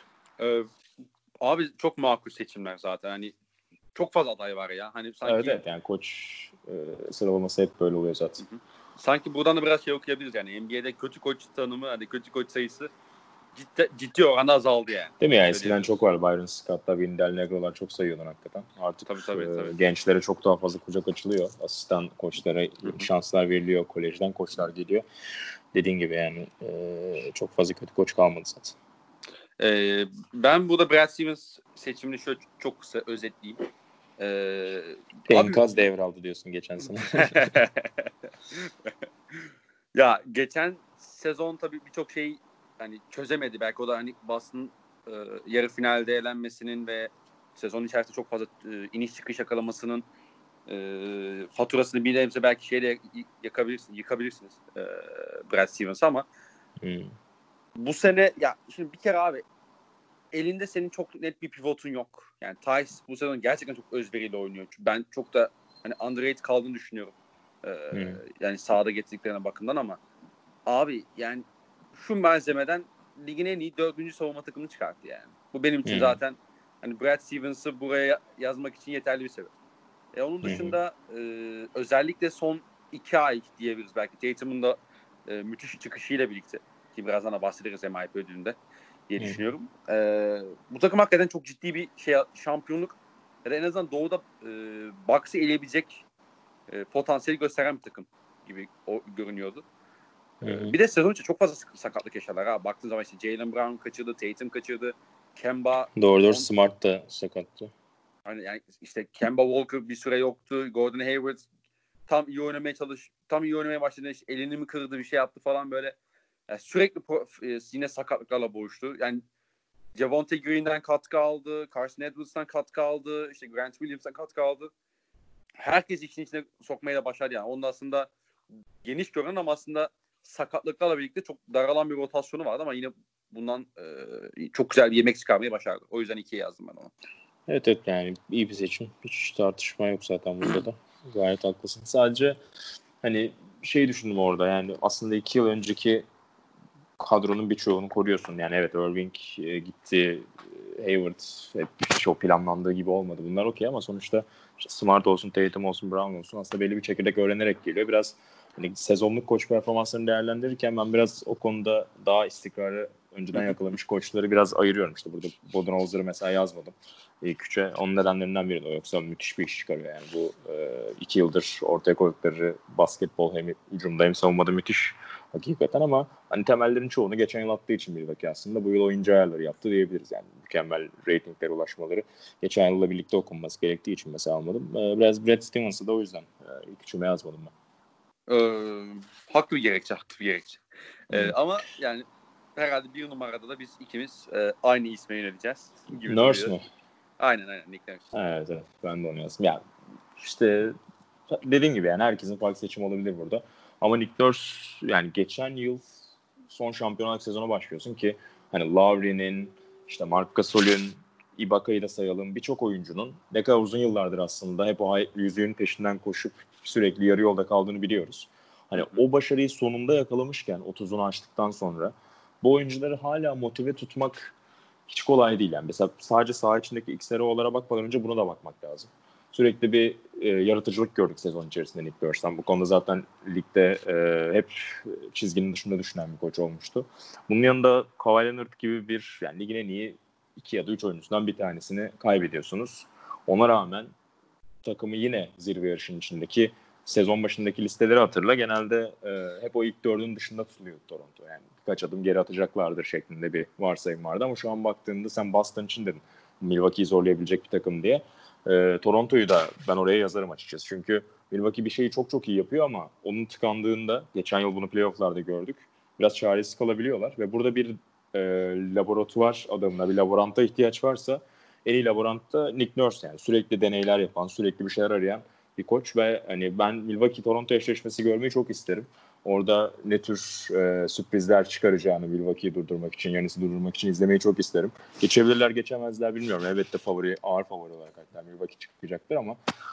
Abi çok makul seçimler zaten. Hani çok fazla aday var ya. Hani sanki Evet yani koç sıralaması hep böyle oluyor zaten. Hı. Sanki buradan da biraz şey okuyabiliriz yani. NBA'de kötü koç tanımı, hani kötü koç sayısı ciddi oranda azaldı yani. Değil mi ya? Eskiden çok var. Byron Scott'lar, Vinny Del Negro'lar çok sayıyorlar hakikaten. Artık Tabii. gençlere çok daha fazla kucak açılıyor. Asistan koçlara şanslar veriliyor. Kolejden koçlar geliyor. Dediğin gibi yani çok fazla kötü koç kalmadı zaten. Ben burada Brad Stevens seçimini şöyle çok kısa özetleyeyim. Enkaz devraldı diyorsun geçen sene. Ya geçen sezon tabii birçok şey hani çözemedi. Belki o da hani Boston yarı finalde elenmesinin ve sezon içerisinde çok fazla iniş çıkış yakalamasının faturasını bir nebze belki şeyle yıkabilirsiniz Brad Stevens ama bu sene ya şimdi bir kere abi elinde senin çok net bir pivotun yok. Yani Tice bu sezon gerçekten çok özveriyle oynuyor. Ben çok da hani underrated kaldığını düşünüyorum. Yani sahada getirdiklerine bakımdan ama abi yani şu malzemeden ligin en iyi 4. savunma takımını çıkarttı yani. Bu benim için zaten hani Brad Stevens'ı buraya yazmak için yeterli bir sebep. Onun dışında özellikle son 2 ay diyebiliriz belki. Tatum'un da müthiş çıkışıyla birlikte ki birazdan da bahsederiz MIP ödülünde diye düşünüyorum. Bu takım hakikaten çok ciddi bir şampiyonluk ya da en azından doğuda Bucks'ı eleyebilecek potansiyeli gösteren bir takım gibi görünüyordu. Bir de sezon için çok fazla sakatlık yaşadılar ha. Baktığın zaman işte Jaylen Brown kaçırdı, Tatum kaçırdı, Kemba. Doğru Smart da sakattı. Hani yani işte Kemba Walker bir süre yoktu. Gordon Hayward tam iyi oynamaya başladı. İşte elini mi kırdı, bir şey yaptı falan böyle. Yani sürekli yine sakatlıklarla boğuştu. Yani Javonte Green'den katkı aldı, Carson Edwards'tan katkı aldı, işte Grant Williams'tan katkı aldı. Herkes işin içine sokmaya da başladı yani. Onun aslında geniş görünen ama aslında sakatlıklarla birlikte çok daralan bir rotasyonu vardı ama yine bundan çok güzel bir yemek çıkarmayı başardı. O yüzden 2'ye yazdım ben onu. Evet yani iyi bir seçim. Hiç tartışma yok zaten burada da. Gayet haklısın. Sadece hani şey düşündüm orada yani aslında 2 yıl önceki kadronun birçoğunu koruyorsun. Yani evet Irving gitti, Hayward hiç o planlandığı gibi olmadı. Bunlar okey ama sonuçta işte Smart olsun, Tatum olsun, Brown olsun aslında belli bir çekirdek öğrenerek geliyor. Biraz hani sezonluk koç performanslarını değerlendirirken ben biraz o konuda daha istikrarı önceden yakalamış koçları biraz ayırıyorum. İşte burada Budenholzer'ı mesela yazmadım. İlk üçe. Onun nedenlerinden biri de o. Yoksa müthiş bir iş çıkarıyor yani. Bu 2 yıldır ortaya koydukları basketbol hem hücumda hem savunmada müthiş hakikaten ama hani temellerin çoğunu geçen yıl attığı için Milwaukee aslında bu yıl oyuncu ayarları yaptı diyebiliriz. Yani mükemmel reytinglere ulaşmaları geçen yılla birlikte okunması gerektiği için mesela almadım. Biraz Brad Stevens'ı da o yüzden ilk üçüme yazmadım ben. Haklı bir gerekçe. Ama yani herhalde bir numarada da biz ikimiz aynı isme yöneleceğiz. Nurse mu? Aynen Nick Nurse. Evet ben de onu yazdım. Yani işte dediğim gibi yani herkesin farklı seçim olabilir burada. Ama Nick Nurse yani geçen yıl son şampiyonluk sezonu başlıyorsun ki hani Lowry'nin işte Marc Gasol'ün Ibaka'yı da sayalım birçok oyuncunun ne kadar uzun yıllardır aslında hep o yüzüğün peşinden koşup sürekli yarı yolda kaldığını biliyoruz. Hani o başarıyı sonunda yakalamışken 30'unu aştıktan sonra bu oyuncuları hala motive tutmak hiç kolay değil yani. Mesela sadece saha içindeki XRO'lara bakmadan önce buna da bakmak lazım. Sürekli bir yaratıcılık gördük sezon içerisinde Nick Nurse'dan. Bu konuda zaten ligde hep çizginin dışında düşünen bir koç olmuştu. Bunun yanında Kawhi Leonard gibi bir yani ligin en iyi 2 ya da 3 oyuncusundan bir tanesini kaybediyorsunuz. Ona rağmen takımı yine zirve yarışının içindeki sezon başındaki listeleri hatırla. Genelde hep o ilk 4'ün dışında tutuluyor Toronto. Yani birkaç adım geri atacaklardır şeklinde bir varsayım vardı. Ama şu an baktığında sen Boston için dedin Milwaukee'yi zorlayabilecek bir takım diye. Toronto'yu da ben oraya yazarım açıkçası. Çünkü Milwaukee bir şeyi çok çok iyi yapıyor ama onun tıkandığında geçen yıl bunu playoff'larda gördük. Biraz çaresiz kalabiliyorlar ve burada bir laboratuvar adamına, bir laboranta ihtiyaç varsa en iyi laborantta Nick Nurse yani. Sürekli deneyler yapan, sürekli bir şeyler arayan bir koç ve hani ben Milwaukee-Toronto eşleşmesi görmeyi çok isterim. Orada ne tür sürprizler çıkaracağını Milwaukee'yi durdurmak için, Giannis'i durdurmak için izlemeyi çok isterim. Geçebilirler, geçemezler bilmiyorum. Elbette ağır favori olarak hatta Milwaukee çıkacaktır ama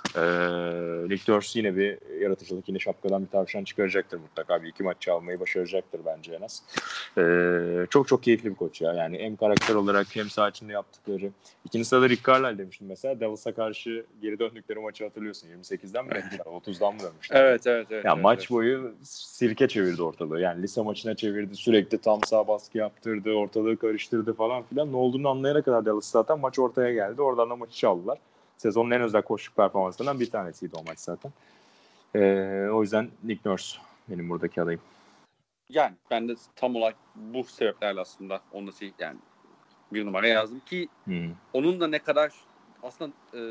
Nick Nurse yine bir yaratıcılık, yine şapkadan bir tavşan çıkaracaktır mutlaka. Bir iki maç çalmayı başaracaktır bence en az. Çok çok keyifli bir koç ya. Yani hem karakter olarak hem saha içinde yaptıkları. İkinci sırada Rick Carlisle demiştim mesela. Davis'a karşı geri döndükleri maçı hatırlıyorsun. 28'den mi dönmüşler? 30'dan mı dönmüşler? Evet. Ya maç boyu sirke çevirdi ortalığı. Yani lise maçına çevirdi. Sürekli tam sağ baskı yaptırdı. Ortalığı karıştırdı falan filan. Ne olduğunu anlayana kadar Dallas zaten maç ortaya geldi. Oradan da maçı çaldılar. Sezonun en özel koçluk performanslarından bir tanesiydi o maç zaten. O yüzden Nick Nurse benim buradaki adayım. Yani ben de tam olarak bu sebeplerle aslında onu yani bir numara yazdım ki onun da ne kadar aslında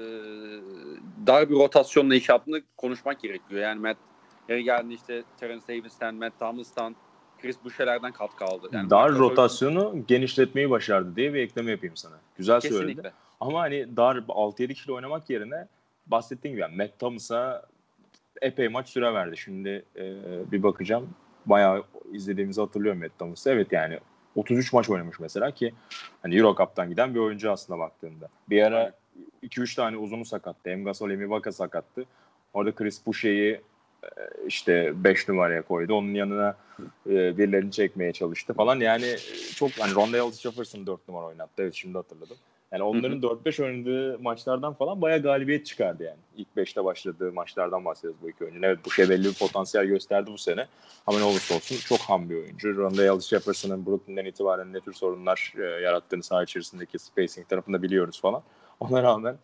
dar bir rotasyonla iş yaptığını konuşmak gerekiyor. Yani Matt yeri geldi işte Terence Davis'ten, Matt Thomas'tan, Chris Boucher'lerden katkı aldı. Yani dar rotasyonu genişletmeyi başardı diye bir ekleme yapayım sana. Güzel kesinlikle söyledi. Ama hani dar 6-7 kişiyle oynamak yerine bahsettiğim gibi yani Matt Thomas'a epey maç süre verdi. Şimdi bir bakacağım. Bayağı izlediğimizi hatırlıyorum Matt Thomas'ı. Evet yani 33 maç oynamış mesela ki hani Euro Cup'tan giden bir oyuncu aslında baktığında. Bir ara 2-3 tane uzunu sakattı. Hem Gasol hem Ibaka sakattı. Orada Chris Boucher'i işte 5 numaraya koydu. Onun yanına birilerini çekmeye çalıştı falan. Yani çok hani Rondale Jefferson 4 numara oynattı. Evet şimdi hatırladım. Yani onların 4-5 oynadığı maçlardan falan bayağı galibiyet çıkardı yani. İlk 5'te başladığı maçlardan bahsediyoruz bu iki oyuncunun. Evet bu şey belli bir potansiyel gösterdi bu sene. Ama ne olursa olsun çok ham bir oyuncu. Rondale Jefferson'ın Brooklyn'den itibaren ne tür sorunlar yarattığını saha içerisindeki spacing tarafında biliyoruz falan. Ona rağmen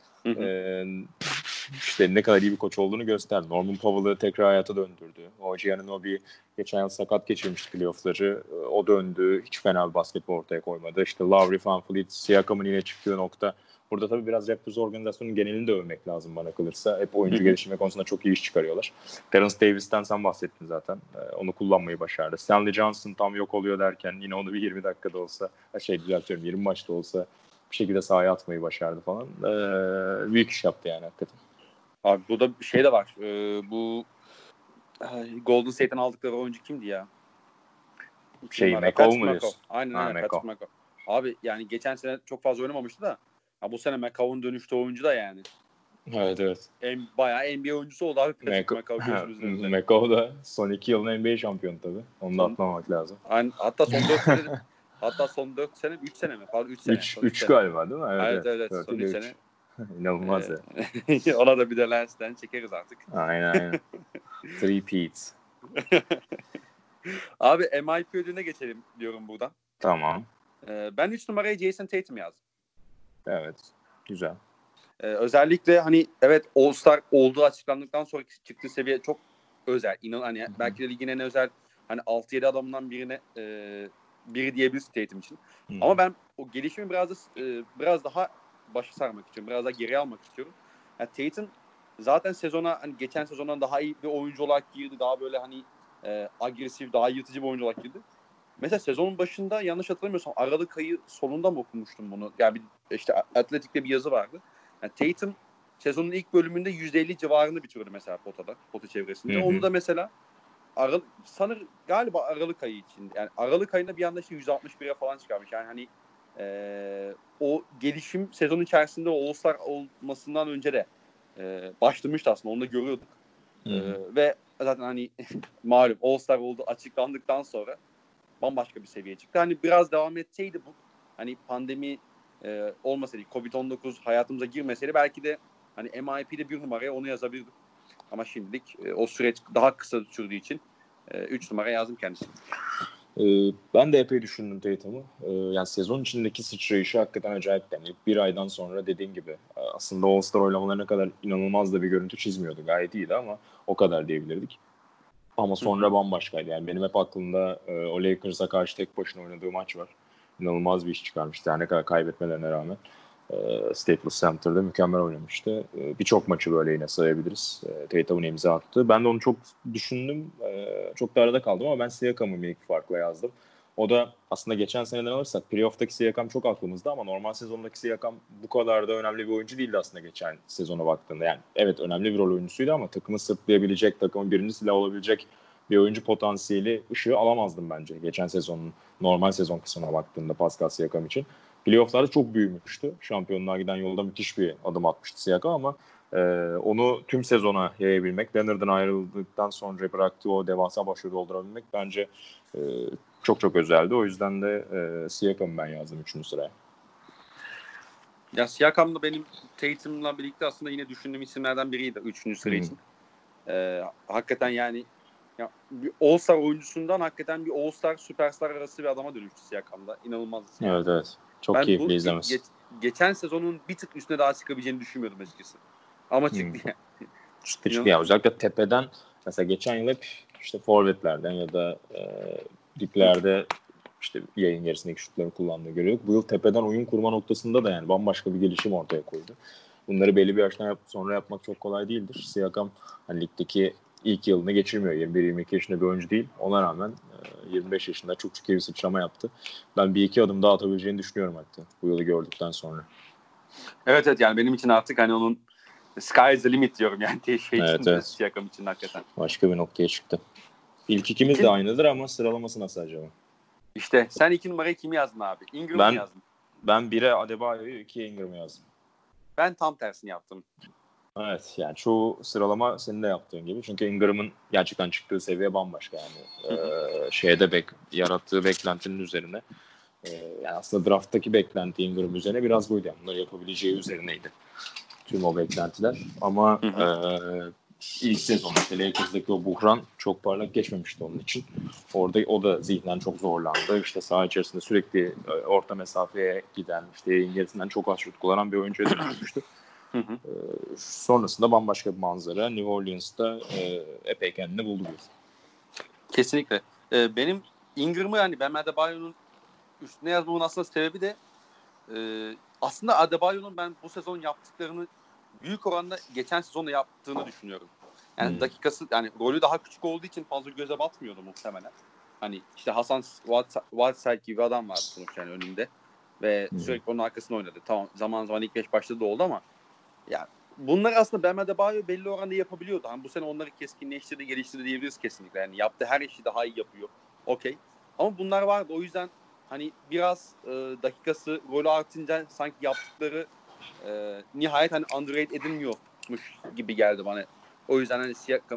işte ne kadar iyi bir koç olduğunu gösterdi. Norman Powell'ı tekrar hayata döndürdü. OG Anunoby geçen yıl sakat geçirmişti playoff'ları. O döndü. Hiç fena bir basketbol ortaya koymadı. İşte Lowry, VanVleet, Siakam'ın yine çıktığı nokta. Burada tabii biraz Raptors organizasyonunun genelini de övmek lazım bana kalırsa. Hep oyuncu geliştirme konusunda çok iyi iş çıkarıyorlar. Terence Davis'ten sen bahsettin zaten. Onu kullanmayı başardı. Stanley Johnson tam yok oluyor derken yine onu bir 20 dakikada olsa, düzeltiyorum 20 maçta olsa bir şekilde sahaya atmayı başardı falan. Büyük iş yaptı yani hakikaten. Abi burada bir şey de var. Bu Golden State'ten aldıkları oyuncu kimdi ya? McCaw mu diyorsun? Aynen Patrick McCaw. Abi yani geçen sene çok fazla oynamamıştı da bu sene McCaw'un dönüştüğü oyuncu da yani. Evet. Bayağı NBA oyuncusu oldu abi Patrick McCaw gözümüzün önünde. McCaw da son 2 yılın NBA şampiyonu tabii. Onu da atlamak lazım. Hatta son 4 sene son 4 sene 3 sene mi? Pardon 3 sene. 3 galiba değil mi? Evet. Son 3 sene. İnanılmaz ya. Ona da bir de Lens'ten çekeriz artık. Aynen. Three Peats. Abi MIP ödülüne geçelim diyorum buradan. Tamam. Ben 3 numaraya Jason Tatum yazdım. Evet. Güzel. Özellikle hani evet All-Star olduğu açıklandıktan sonra çıktığı seviye çok özel. Hani belki de ligin en özel hani 6-7 adamından biri diyebiliriz Tatum için. Ama ben o gelişimi biraz daha başa sarmak istiyorum. Biraz daha geriye almak istiyorum. Yani Tatum zaten sezona hani geçen sezondan daha iyi bir oyuncu olarak girdi. Daha böyle hani agresif, daha yırtıcı bir oyuncu olarak girdi. Mesela sezonun başında yanlış hatırlamıyorsam Aralık ayı sonunda mı okumuştum bunu? Yani işte Atletik'te bir yazı vardı. Yani Tatum sezonun ilk bölümünde %50 civarını bitiriyordu mesela pota çevresinde. Onu da mesela galiba Aralık ayı için. Yani Aralık ayında bir anda işte 161'e falan çıkarmış. Yani hani o gelişim sezon içerisinde All-Star olmasından önce de başlamıştı aslında. Onu da görüyorduk. Ve zaten hani malum All-Star oldu açıklandıktan sonra bambaşka bir seviye çıktı. Hani biraz devam etseydi bu hani pandemi olmasaydı, Covid-19 hayatımıza girmeseydi belki de hani MIP'de bir numaraya onu yazabilirdim. Ama şimdilik o süreç daha kısa sürdüğü için 3 numara yazdım kendisini. Ben de epey düşündüm Tatum'u. Yani sezon içindeki sıçrayışı hakikaten acayip. Yani ilk bir aydan sonra dediğin gibi aslında All-Star oylamalarına kadar inanılmaz da bir görüntü çizmiyordu. Gayet iyiydi ama o kadar diyebilirdik. Ama sonra bambaşkaydı. Yani benim hep aklımda o Lakers'a karşı tek başına oynadığı maç var. İnanılmaz bir iş çıkarmıştı. Yani ne kadar kaybetmelerine rağmen. Staples Center'da mükemmel oynamıştı. Birçok maçı böyle yine sayabiliriz. Tatum'un imza attı. Ben de onu çok düşündüm. Çok da arada kaldım ama ben Siakam'ı ilk farkla yazdım. O da aslında geçen seneden alırsak playoff'taki Siakam çok aklımızda ama normal sezondaki Siakam bu kadar da önemli bir oyuncu değildi aslında geçen sezona baktığında. Yani evet önemli bir rol oyuncusuydu ama takımı sırtlayabilecek, takımın birinci silahı olabilecek bir oyuncu potansiyeli, ışığı alamazdım bence geçen sezonun normal sezon kısmına baktığında Pascal Siakam için. Playoff'larda çok büyümüştü. Şampiyonluğa giden yolda müthiş bir adım atmıştı Siakam ama onu tüm sezona yayabilmek, Leonard'ın ayrıldıktan sonra bıraktığı o devasa başarı doldurabilmek bence çok çok özeldi. O yüzden de Siakam'ı ben yazdım 3. sıraya. Ya Siakam da benim Tatum'la birlikte aslında yine düşündüğüm isimlerden biriydi 3. sıra için. Hakikaten yani ya, bir All-Star oyuncusundan hakikaten bir All-Star, Süperstar arası bir adama dönüştü Siakam'da. İnanılmaz. Evet evet. Çok ben keyifli izlemesi. Geçen sezonun bir tık üstüne daha çıkabileceğini düşünmüyordum açıkçası. Ama çıktı yani. Çıktı ya. Özellikle tepeden mesela geçen yıl hep işte forvetlerden ya da diplerde işte yayın gerisindeki şutları kullandığı görüyorduk. Bu yıl tepeden oyun kurma noktasında da yani bambaşka bir gelişim ortaya koydu. Bunları belli bir yaştan sonra yapmak çok kolay değildir. Siakam hani ligdeki ilk yılını geçirmiyor. 21-22 yaşında bir oyuncu değil. Ona rağmen 25 yaşında çok iyi bir sıçrama yaptı. Ben bir iki adım daha atabileceğini düşünüyorum hatta bu yılı gördükten sonra. Evet yani benim için artık hani onun sky is the limit diyorum yani evet. Siakam için hakikaten. Başka bir noktaya çıktı. İlk ikimiz de aynıdır ama sıralaması nasıl acaba? İşte sen 2 numarayı kimi yazdın abi? Ingram'ı mı yazdın? Ben 1'e Adebayo'yu, 2'ye Ingram'ı yazdım. Ben tam tersini yaptım. Evet yani çoğu sıralama senin de yaptığın gibi. Çünkü Ingram'ın gerçekten çıktığı seviye bambaşka yani. Yarattığı beklentinin üzerine. Yani aslında draft'taki beklenti Ingram üzerine biraz buydu. Yani bunları yapabileceği üzerineydi. Tüm o beklentiler. Ama ilk sezon işte Lakers'daki o buhran çok parlak geçmemişti onun için. Orada o da zihnen çok zorlandı. İşte saha içerisinde sürekli orta mesafeye giden, işte yayın gerisinden çok az şut kullanan bir oyuncuya dönüşmüştü. Sonrasında bambaşka bir manzara. New Orleans'ta epey kendini buldu. Kesinlikle. Benim Ingram'ı yani Ben Adebayo'nun üstüne yazmamın aslında sebebi de aslında Adebayo'nun ben bu sezon yaptıklarını büyük oranda geçen sezonda yaptığını düşünüyorum. Yani dakikası yani rolü daha küçük olduğu için fazla göze batmıyordu muhtemelen. Hani işte Hasan Whiteside gibi adam vardı sonuçta yani önünde ve sürekli onun arkasında oynadı. Tamam zaman zaman ilk 5 başladı da oldu ama yani bunları aslında Bam Adebayo belli oranda yapabiliyordu. Hani bu sene onları keskinleştirdi, geliştirdi diyebiliriz kesinlikle. Yani yaptığı her işi daha iyi yapıyor. Okey. Ama bunlar vardı. O yüzden hani biraz dakikası rolü artınca sanki yaptıkları nihayet hani underrate edilmiyormuş gibi geldi bana. O yüzden hani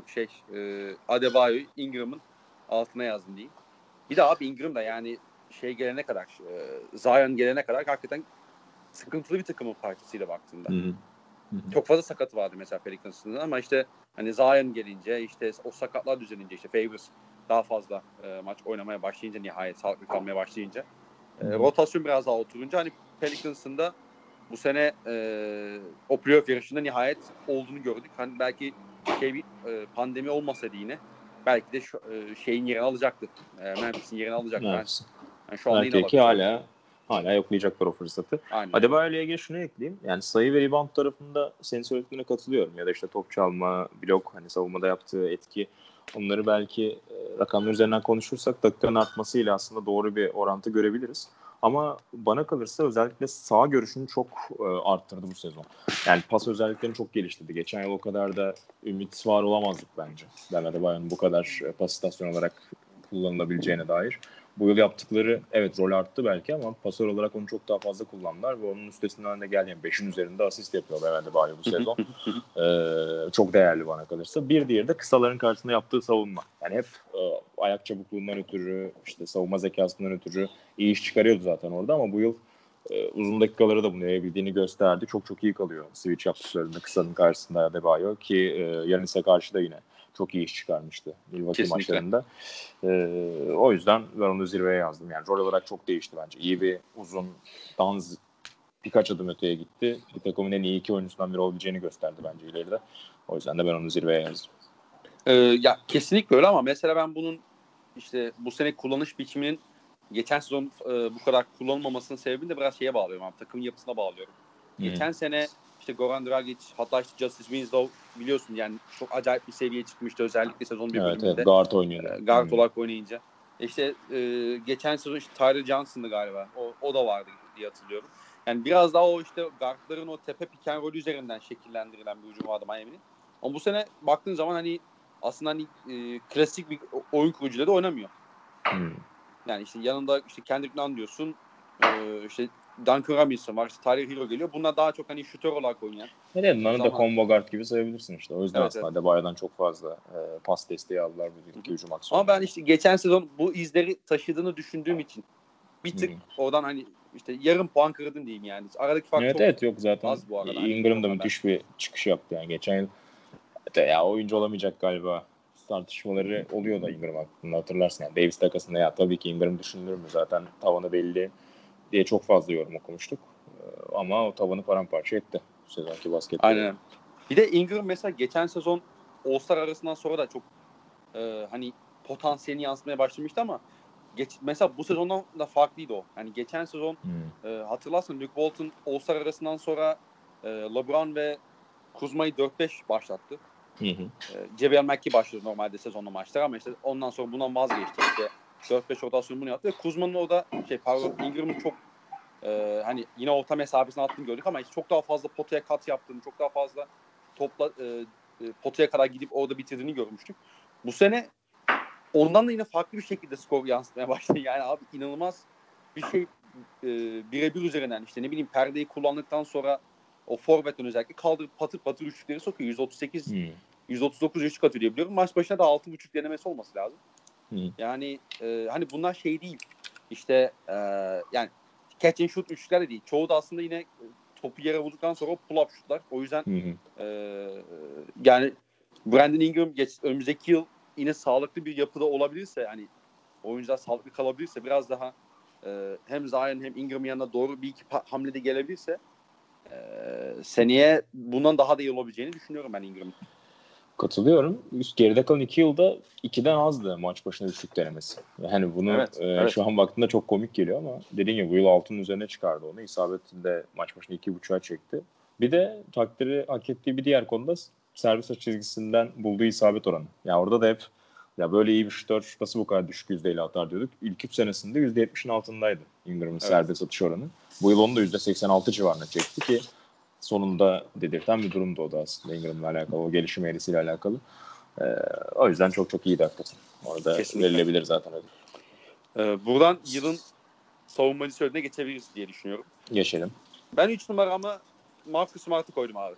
Adebayo'yu Ingram'ın altına yazdım diyeyim. Bir de abi Ingram da yani gelene kadar Zion gelene kadar hakikaten sıkıntılı bir takımın parçasıyla baktığında. Çok fazla sakat vardı mesela Pelicans'ın ama işte hani Zion gelince işte o sakatlar düzelince işte Favors daha fazla maç oynamaya başlayınca nihayet sağlıklı kalmaya başlayınca rotasyon biraz daha oturunca hani Pelicans'ın da bu sene o playoff yarışında nihayet olduğunu gördük. Hani belki pandemi olmasaydı yine belki de şeyin yerini alacaktı. Memphis'in yerini alacaktı. Evet. Ben şu anda belki yine ki hala yoklayacaklar o fırsatı. Adebayo ile ilgili şunu ekleyeyim. Yani sayı ve rebound tarafında senin söylediğine katılıyorum. Ya da işte top çalma, blok, hani savunmada yaptığı etki, onları belki rakamlar üzerinden konuşursak dakikanın artmasıyla aslında doğru bir orantı görebiliriz. Ama bana kalırsa özellikle sağ görüşünü çok arttırdı bu sezon. Yani pas özelliklerini çok geliştirdi. Geçen yıl o kadar da ümit var olamazdık bence. Ben Adebayo'nun bu kadar pas istasyon olarak kullanılabileceğine dair. Bu yıl yaptıkları evet rol arttı belki ama pasör olarak onu çok daha fazla kullandılar ve onun üstesinden de geldi. Yani 5'in üzerinde asist yapıyor herhalde Bayo bu sezon. Çok değerli bana kalırsa. Bir diğeri de kısaların karşısında yaptığı savunma. Yani hep ayak çabukluğundan ötürü, işte savunma zekasından ötürü iyi iş çıkarıyordu zaten orada ama bu yıl uzun dakikaları da bunu yapabildiğini gösterdi. Çok çok iyi kalıyor switch yaptıklarında kısanın karşısında Adebayo ki Giannis'e karşı da yine çok iyi iş çıkarmıştı Milwaukee maçlarında. O yüzden ben onu zirveye yazdım. Yani rol olarak çok değişti bence. İyi bir uzundan birkaç adım öteye gitti. Bir takımın en iyi iki oyuncusundan biri olabileceğini gösterdi bence ileride. O yüzden de ben onu zirveye yazdım. Ya kesinlikle öyle ama mesela ben bunun işte bu sene kullanış biçiminin geçen sezon bu kadar kullanılmamasının sebebini de biraz şeye bağlıyorum abi. Takımın yapısına bağlıyorum. Geçen sene işte Goran Dragic hatta işte Justice Winslow biliyorsun yani çok acayip bir seviyeye çıkmıştı özellikle sezonun bir bölümünde. Evet guard oynuyordu. Guard olarak oynayınca. İşte geçen sezon işte Tyler Johnson'dı galiba. O da vardı diye hatırlıyorum. Yani biraz daha o işte guardların o tepe pick and roll üzerinden şekillendirilen bir hücum vardı Miami'nin. Ama bu sene baktığın zaman hani aslında hani klasik bir oyun kurucuyla da oynamıyor. Yani işte yanında işte Kendrick Nunn diyorsun. İşte Duncan Robinson var. İşte Tyler Hero geliyor. Bunlar daha çok hani şutör olarak oynayan. Evet, Nunn'ı da combo guard gibi sayabilirsin işte. O yüzden evet, aslında Adebayo'dan çok fazla pas desteği aldılar bu iki hücum aksiyonu. Ama ben işte geçen sezon bu izleri taşıdığını düşündüğüm için bir tık oradan hani işte yarım puan kırdın diyeyim yani. Aradaki fark çok yok zaten az bu arada. Ingram da müthiş bir çıkış yaptı yani. Geçen yıl ya oyuncu olamayacak galiba tartışmaları oluyor da Ingram hakkında, hatırlarsın. Yani Davis takasında ya tabii ki Ingram düşünülür mü, zaten tavanı belli diye çok fazla yorum okumuştuk. Ama o tavanı paramparça etti sezonki basketbolu. Aynen. Bir de Ingram mesela geçen sezon All-Star arasından sonra da çok hani potansiyelini yansıtmaya başlamıştı ama mesela bu sezondan da farklıydı o. Yani geçen sezon hatırlarsın Luke Walton All-Star arasından sonra LeBron ve Kuzma'yı 4-5 başlattı. JaVale McGee başladı normalde sezonla maçlar ama işte ondan sonra bundan vazgeçti. İşte 4-5 rotasyonu bunu yaptı ve Kuzma'nın orada Ingram'ın çok hani yine orta mesafesine attığını gördük ama işte çok daha fazla potaya kat yaptığını, çok daha fazla topla potaya kadar gidip orada bitirdiğini görmüştük. Bu sene ondan da yine farklı bir şekilde skor yansıtmaya başladı. Yani abi inanılmaz bir şey birebir üzerinden işte ne bileyim perdeyi kullandıktan sonra o forvetten özellikle kaldırıp patır patır üçlükleri sokuyor. 138 139 üçlük atıyor diye biliyorum. Maç başına da 6.5 denemesi olması lazım. Yani hani bunlar şey değil. İşte yani catch and shoot üçlükler de değil. Çoğu da aslında yine topu yere vurduktan sonra pull-up şutlar. O yüzden yani Brandon Ingram önümüzdeki yıl yine sağlıklı bir yapıda olabilirse, hani oyuncular sağlıklı kalabilirse, biraz daha hem Zion hem Ingram'ın yanına doğru bir iki hamlede gelebilirse seneye bundan daha da iyi olabileceğini düşünüyorum ben Ingram'ın. Katılıyorum. Geride kalan 2 yılda 2'den azdı maç başına üçlük denemesi. Yani bunu evet. Şu an baktığında çok komik geliyor ama dediğin gibi bu yıl 6'nın üzerine çıkardı onu. İsabetinde maç başına 2.5'a çekti. Bir de takdiri hak ettiği bir diğer konuda servis açı çizgisinden bulduğu isabet oranı. Yani orada da hep ya böyle iyi bir şutör nasıl bu kadar düşük yüzdeyle atar diyorduk. İlk 3 senesinde %70'in altındaydı Ingram'ın serbest atış oranı. Bu yıl onu da %86 civarına çekti ki sonunda dedirten bir durumdu o da aslında Ingram'la alakalı, o gelişim eğrisiyle alakalı. O yüzden çok çok iyiydi hakikaten. Orada kesinlikle verilebilir zaten öyle. Buradan yılın savunmacısı önüne geçebiliriz diye düşünüyorum. Geçelim. Ben 3 numaramı Marcus Smart'ı koydum abi.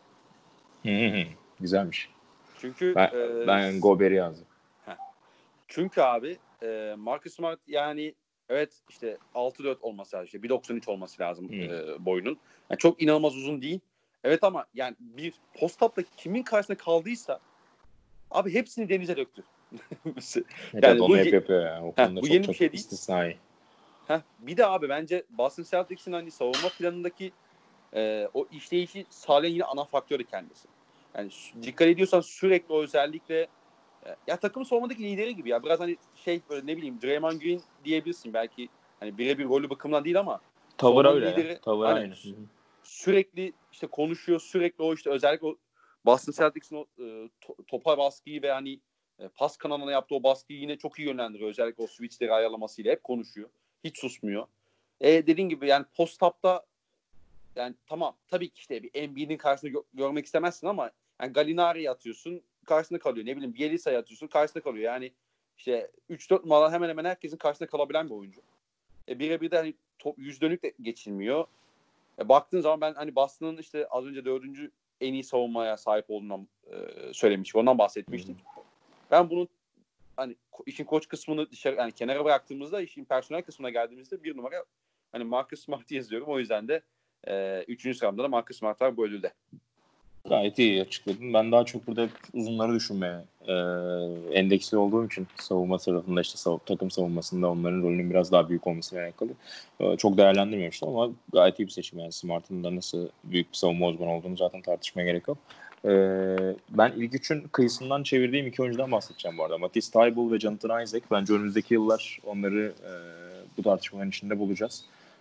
Güzelmiş. Çünkü ben Gobert'i yazdım. Çünkü abi Marcus Smart yani evet işte 6'4 olması lazım. İşte 1.93 olması lazım boyunun. Yani çok inanılmaz uzun değil. Evet ama yani bir post-up'ta kimin karşısında kaldıysa abi hepsini denize döktü. Yani onu hep yapıyor ya. O konuda bu çok yeni çok bir şey değil. istisnai. Bir de abi bence Boston Celtics'in hani savunma planındaki o işleyişi sağlayan yine ana faktörü kendisi. Yani dikkat ediyorsan sürekli o özellikle ya takım savunmadaki lideri gibi ya. Biraz hani böyle ne bileyim Draymond Green diyebilirsin. Belki hani birebir rolü bakımından değil ama tavır öyle lideri, ya. Tavır aynı. Sürekli işte konuşuyor. Sürekli o işte özellikle o Boston Celtics'in o topa baskıyı ve hani pas kanalına yaptığı o baskıyı yine çok iyi yönlendiriyor. Özellikle o switchleri ayarlamasıyla hep konuşuyor. Hiç susmuyor. Dediğin gibi yani post-up'ta yani tamam tabii ki işte bir Embiid'in karşısında görmek istemezsin ama yani Gallinari'yi atıyorsun karşısında kalıyor. Ne bileyim Bielisa'yı atıyorsun karşısında kalıyor. Yani işte 3-4 numaralar hemen hemen herkesin karşısında kalabilen bir oyuncu. Birebir de hani yüz dönük de geçilmiyor. Baktığın zaman ben hani Boston'ın işte az önce 4. en iyi savunmaya sahip olduğundan söylemiştik. Ondan bahsetmiştik. Ben bunun hani işin koç kısmını dışarı yani kenara bıraktığımızda işin personel kısmına geldiğimizde bir numara hani Marcus Smart'ı yazıyorum. O yüzden de 3. sıramda da Marcus Smart var bu ödülde. Gayet iyi açıkladın. Ben daha çok burada uzunları düşünmeye endeksli olduğum için savunma tarafında işte takım savunmasında onların rolünün biraz daha büyük olmasıyla alakalı çok değerlendirmemiştim ama gayet iyi bir seçim. Yani Smart'ın da nasıl büyük bir savunma uzmanı olduğunu zaten tartışmaya gerek yok. Ben ilk üçün kıyısından çevirdiğim iki oyuncudan bahsedeceğim bu arada. Matisse Thybulle ve Jonathan Isaac. Bence önümüzdeki yıllar onları bu tartışmaların içinde bulacağız.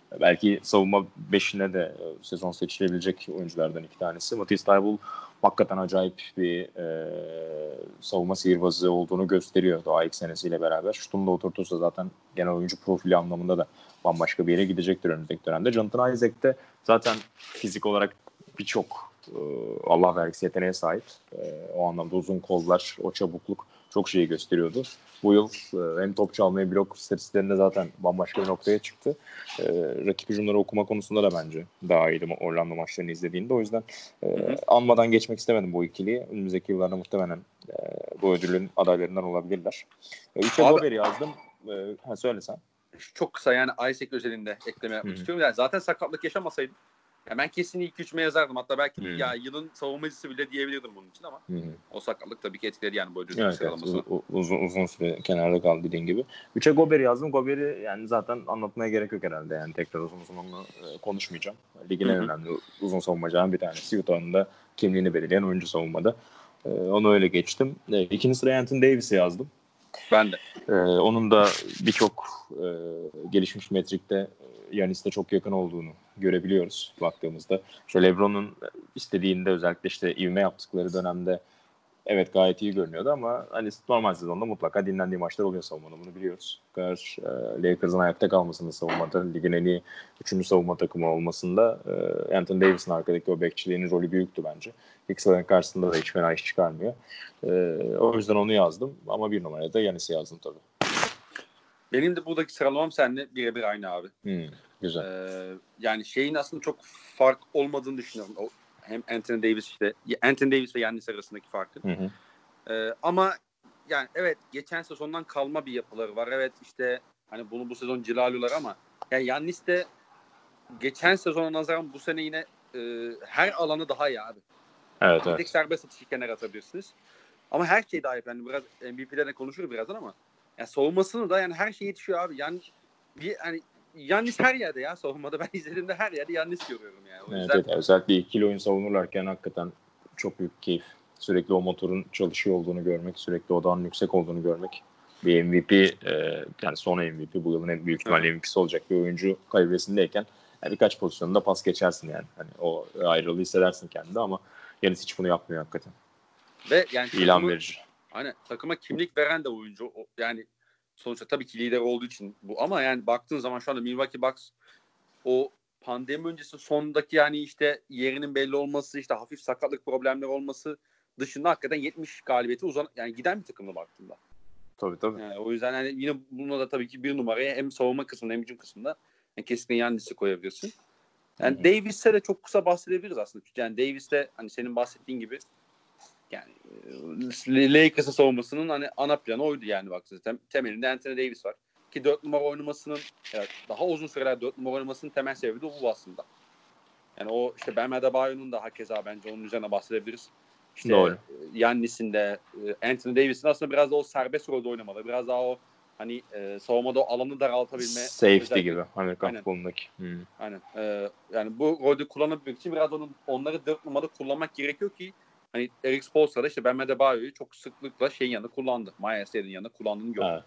Belki savunma 5'ine de sezon seçilebilecek oyunculardan 2 tanesi. Matisse Thybulle hakikaten acayip bir savunma sihirbazı olduğunu gösteriyor daha ilk senesiyle beraber. Şutunu da oturtursa zaten genel oyuncu profili anlamında da bambaşka bir yere gidecektir önümüzdeki dönemde. Jonathan Isaac de zaten fizik olarak birçok Allah vergisi yeteneğe sahip. O anlamda uzun kollar, o çabukluk çok şeyi gösteriyordu. Bu yıl hem top çalmayı blok istatistiklerinde zaten bambaşka bir noktaya çıktı. Rakip hücumları okuma konusunda da bence daha iyiydi Orlando maçlarını izlediğinde. O yüzden anmadan geçmek istemedim bu ikiliyi. Önümüzdeki yıllarda muhtemelen bu ödülün adaylarından olabilirler. 3'e Gobert yazdım. Söyle sen. Çok kısa yani Isaac özelinde ekleme yapmak istiyorum. Yani zaten sakatlık yaşamasaydım ya ben kesin ilk 3'üme yazardım. Hatta belki ya yılın savunmacısı bile diyebilirdim bunun için ama o sakatlık tabii ki etkiledi yani bu ödülün sıralamasını. Evet. Uzun süre kenarda kaldı dediğin gibi. 3'e Gobert yazdım. Gobert'i yani zaten anlatmaya gerek yok herhalde. Yani tekrar uzun onu konuşmayacağım. Ligin en önemli uzun savunmacılarından bir tanesi. Utah'ın da kimliğini belirleyen oyuncu savunmada. Onu öyle geçtim. İkinci sıraya Anthony Davis'i yazdım. Ben de. Onun da birçok gelişmiş metrikte Giannis'te çok yakın olduğunu görebiliyoruz baktığımızda. İşte LeBron'un istediğinde özellikle işte ivme yaptıkları dönemde evet gayet iyi görünüyordu ama hani normal sezonda mutlaka dinlendiği maçlar oluyor savunmada, bunu biliyoruz. Bu kadar Lakers'ın ayakta kalmasında savunmada, ligin en iyi 3. savunma takımı olmasında Anthony Davis'in arkadaki o bekçiliğinin rolü büyüktü bence. Knicks'ın karşısında da hiç fena iş çıkarmıyor. O yüzden onu yazdım ama bir numaraya da Giannis'i yazdım tabii. Benim de buradaki sıralamam seninle birebir aynı abi. Güzel. Yani şeyin aslında çok fark olmadığını düşünüyorum. Hem Anthony Davis ve Giannis arasındaki farkın. Ama yani evet geçen sezondan kalma bir yapıları var. Evet işte hani bunu bu sezon cilalıyorlar ama yani Giannis de geçen sezona nazaran bu sene yine her alanı daha iyi abi. Evet. Bir tek serbest atışı kenara atabilirsiniz. Ama her şey daha iyi. Yani biraz MVP'lerine konuşuruz birazdan ama yani savunmasını da yani her şey yetişiyor abi. Yani Giannis her yerde ya savunmada. Ben izlediğimde her yerde Giannis görüyorum yani. O yüzden... Evet. Özellikle ikili oyun savunurlarken hakikaten çok büyük keyif. Sürekli o motorun çalışıyor olduğunu görmek, sürekli odağın yüksek olduğunu görmek. Bir MVP, yani son MVP, bu yılın en büyük ihtimalle MVP'si olacak bir oyuncu kalibresindeyken yani birkaç pozisyonda pas geçersin yani. Hani o ayrılığı hissedersin kendinde ama Giannis hiç bunu yapmıyor hakikaten. Ve yani İlham verici. Aynen. Takıma kimlik veren de oyuncu. Yani sonuçta tabii ki lider olduğu için bu ama yani baktığın zaman şu anda Milwaukee Bucks o pandemi öncesi sondaki yani işte yerinin belli olması, işte hafif sakatlık problemleri olması dışında hakikaten 70 galibiyeti yani giden bir takımda baktığında. Tabii. Yani o yüzden yani yine buna da tabii ki bir numaraya hem savunma kısmında hem hücum kısmında yani kesinlikle Giannis'i koyabilirsin. Yani Davis'e de çok kısa bahsedebiliriz aslında. Yani Davis'te hani senin bahsettiğin gibi yani Lakers'ın savunmasının hani ana planı oydu yani baktığınızda. Temelinde Anthony Davis var. Ki 4 numara oynamasının daha uzun süreler 4 numara oynamasının temel sebebi de bu aslında. Yani o işte Bam Adebayo'nun da hakeza bence onun üzerine bahsedebiliriz. İşte Giannis'in de Anthony Davis'in aslında biraz da o serbest rolde oynamaları. Biraz daha o hani savunmada o alanı daraltabilme. Safety özellikle gibi Amerikan futbolundaki. Aynen. Yani bu rolde kullanabilmek için biraz onları 4 numarada kullanmak gerekiyor ki hani Eric Spoelstra da işte Bam Adebayo'yu çok sıklıkla şeyin yanında kullandı. Myers Leonard'ın yanında kullandığını gördüm.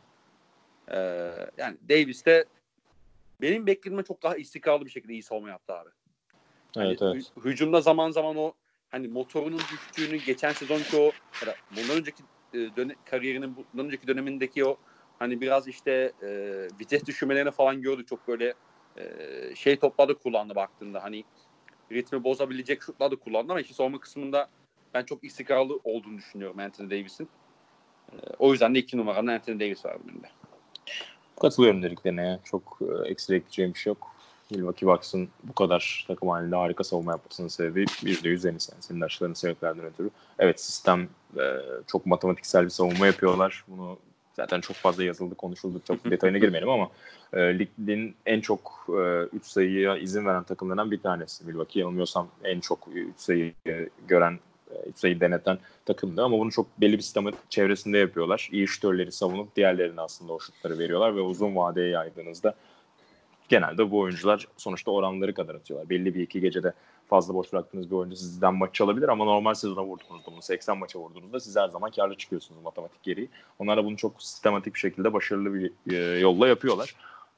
Yani Davis de benim beklediğimden çok daha istikrarlı bir şekilde iyi savunma yaptı abi. Evet. Hücumda zaman zaman o hani motorunun düştüğünü geçen sezonki o bundan önceki kariyerinin bundan önceki dönemindeki o hani biraz işte vites düşürmelerini falan gördük. Çok böyle toplarda kullandı baktığında. Hani ritmi bozabilecek şutlar da kullandı ama işte savunma kısmında ben çok istikrarlı olduğunu düşünüyorum Anthony Davis'in. O yüzden de 2 numaranın Anthony Davis var bende. Katılıyorum dediklerine ya. Çok ekstra ekleyeceğim bir şey yok. Milwaukee Bucks'ın bu kadar takım halinde harika savunma yapmasının sebebi %100 Giannis. Yani senin açıkladığın sebeplerden ötürü. Evet, sistem çok matematiksel bir savunma yapıyorlar. Bunu zaten çok fazla yazıldı, konuşuldu. Çok detayına girmeyelim ama ligin en çok 3 sayıya izin veren takımlarından bir tanesi Milwaukee. Yanılmıyorsam en çok 3 sayı gören, 3 sayı deneten takımdı ama bunu çok belli bir sistemin çevresinde yapıyorlar. İyi şütörleri savunup diğerlerine aslında o şutları veriyorlar ve uzun vadeye yaydığınızda genelde bu oyuncular sonuçta oranları kadar atıyorlar. Belli bir iki gecede fazla boş bıraktığınız bir oyuncu sizden maç çalabilir ama normal sezona vurduğunuzda bunu 80 maça vurduğunuzda siz her zaman karlı çıkıyorsunuz matematik gereği. Onlar da bunu çok sistematik bir şekilde başarılı bir yolla yapıyorlar.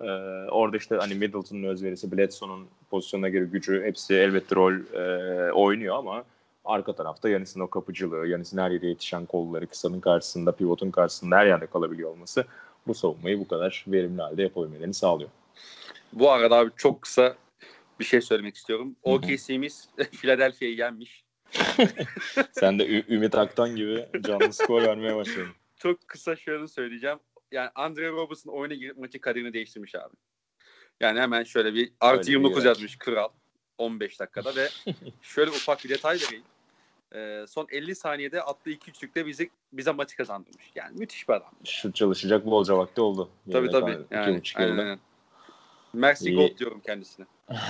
Orada işte hani Middleton'un özverisi, Bledsoe'nun pozisyonuna göre gücü hepsi elbette rol oynuyor ama arka tarafta Giannis'in o kapıcılığı, Giannis'in her yere yetişen kolları, kısanın karşısında, pivotun karşısında her yerde kalabiliyor olması bu savunmayı bu kadar verimli halde yapabilmelerini sağlıyor. Bu arada abi çok kısa bir şey söylemek istiyorum. OKC'miz Philadelphia'yı yenmiş. Sen de Ümit Aktan gibi canlı skor vermeye başladın. Çok kısa şöyle söyleyeceğim. Yani Andre Robertson oyuna girip maçın kaderini değiştirmiş abi. Yani hemen şöyle bir artı 29 yazmış kral 15 dakikada ve şöyle ufak bir detay vereyim. Son 50 saniyede attığı 2 üçlükte bize maçı kazandırmış. Yani müthiş bir adam. Şu çalışacak bolca vakti oldu. Tabii. Yani, 2,5 yılda. Merci God diyorum kendisine.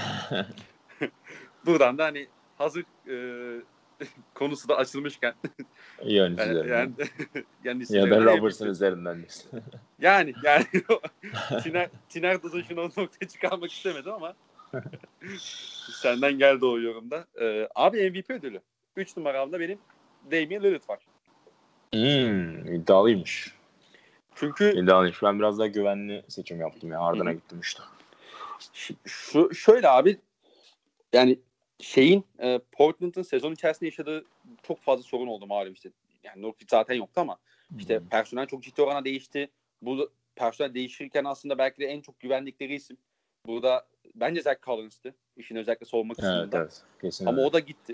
Buradan da hani hazır konusu da açılmışken yani üzerinden. Ya da Robertson üzerinden. yani Tiner Dozuş'un o noktaya çıkarmak istemedim ama senden geldi o yorumda. Abi MVP ödülü. 3 numaramda benim Damian Lillard var. İddialıymış. İddialıymış. Ben biraz daha güvenli seçim yaptım ya. Harden'a gittim işte. Şöyle abi yani Portland'ın sezon içerisinde yaşadığı çok fazla sorun oldu malum işte. Yani Nurkic zaten yoktu ama işte personel çok ciddi orana değişti. Bu personel değişirken aslında belki de en çok güvendikleri isim. Burada bence Zach Collins'tı. İşin özellikle savunma kısmında. Evet, kesinlikle. Ama o da gitti.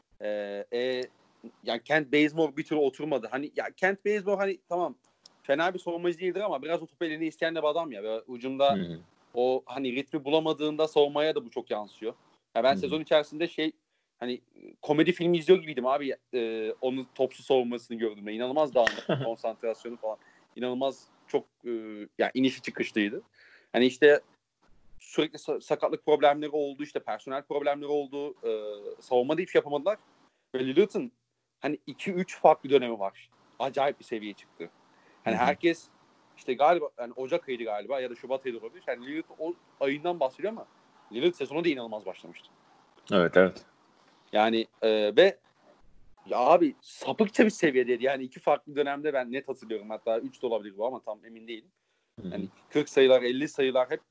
Yani Kent Bazemore bir türlü oturmadı. Hani ya Kent Bazemore hani tamam fena bir savunmacı değildir ama biraz o topu elinde isteyen de bir adam ya. Ve ucumda o hani ritmi bulamadığında savunmaya da bu çok yansıyor. Ya ben sezon içerisinde hani komedi filmi izliyor gibiydim abi. Onun topsuz savunmasını gördüm. İnanılmaz dağınık. Konsantrasyonu falan. İnanılmaz çok yani inişi çıkışlıydı. Hani işte sürekli sakatlık problemleri oldu. İşte personel problemleri oldu. Savunmada hiç yapamadılar. Ve Lillard'ın hani 2-3 farklı dönemi var. Acayip bir seviyeye çıktı. Hani herkes işte galiba yani Ocak ayıydı galiba ya da Şubat ayıydı olabilir. Yani Lillard o ayından bahsediyor ama Lillard sezonu da inanılmaz başlamıştı. Evet. Yani ve ya abi sapıkça bir seviyedeydi. Yani 2 farklı dönemde ben net hatırlıyorum. Hatta 3 de olabilir bu ama tam emin değilim. Yani 40 sayılar, 50 sayılar hep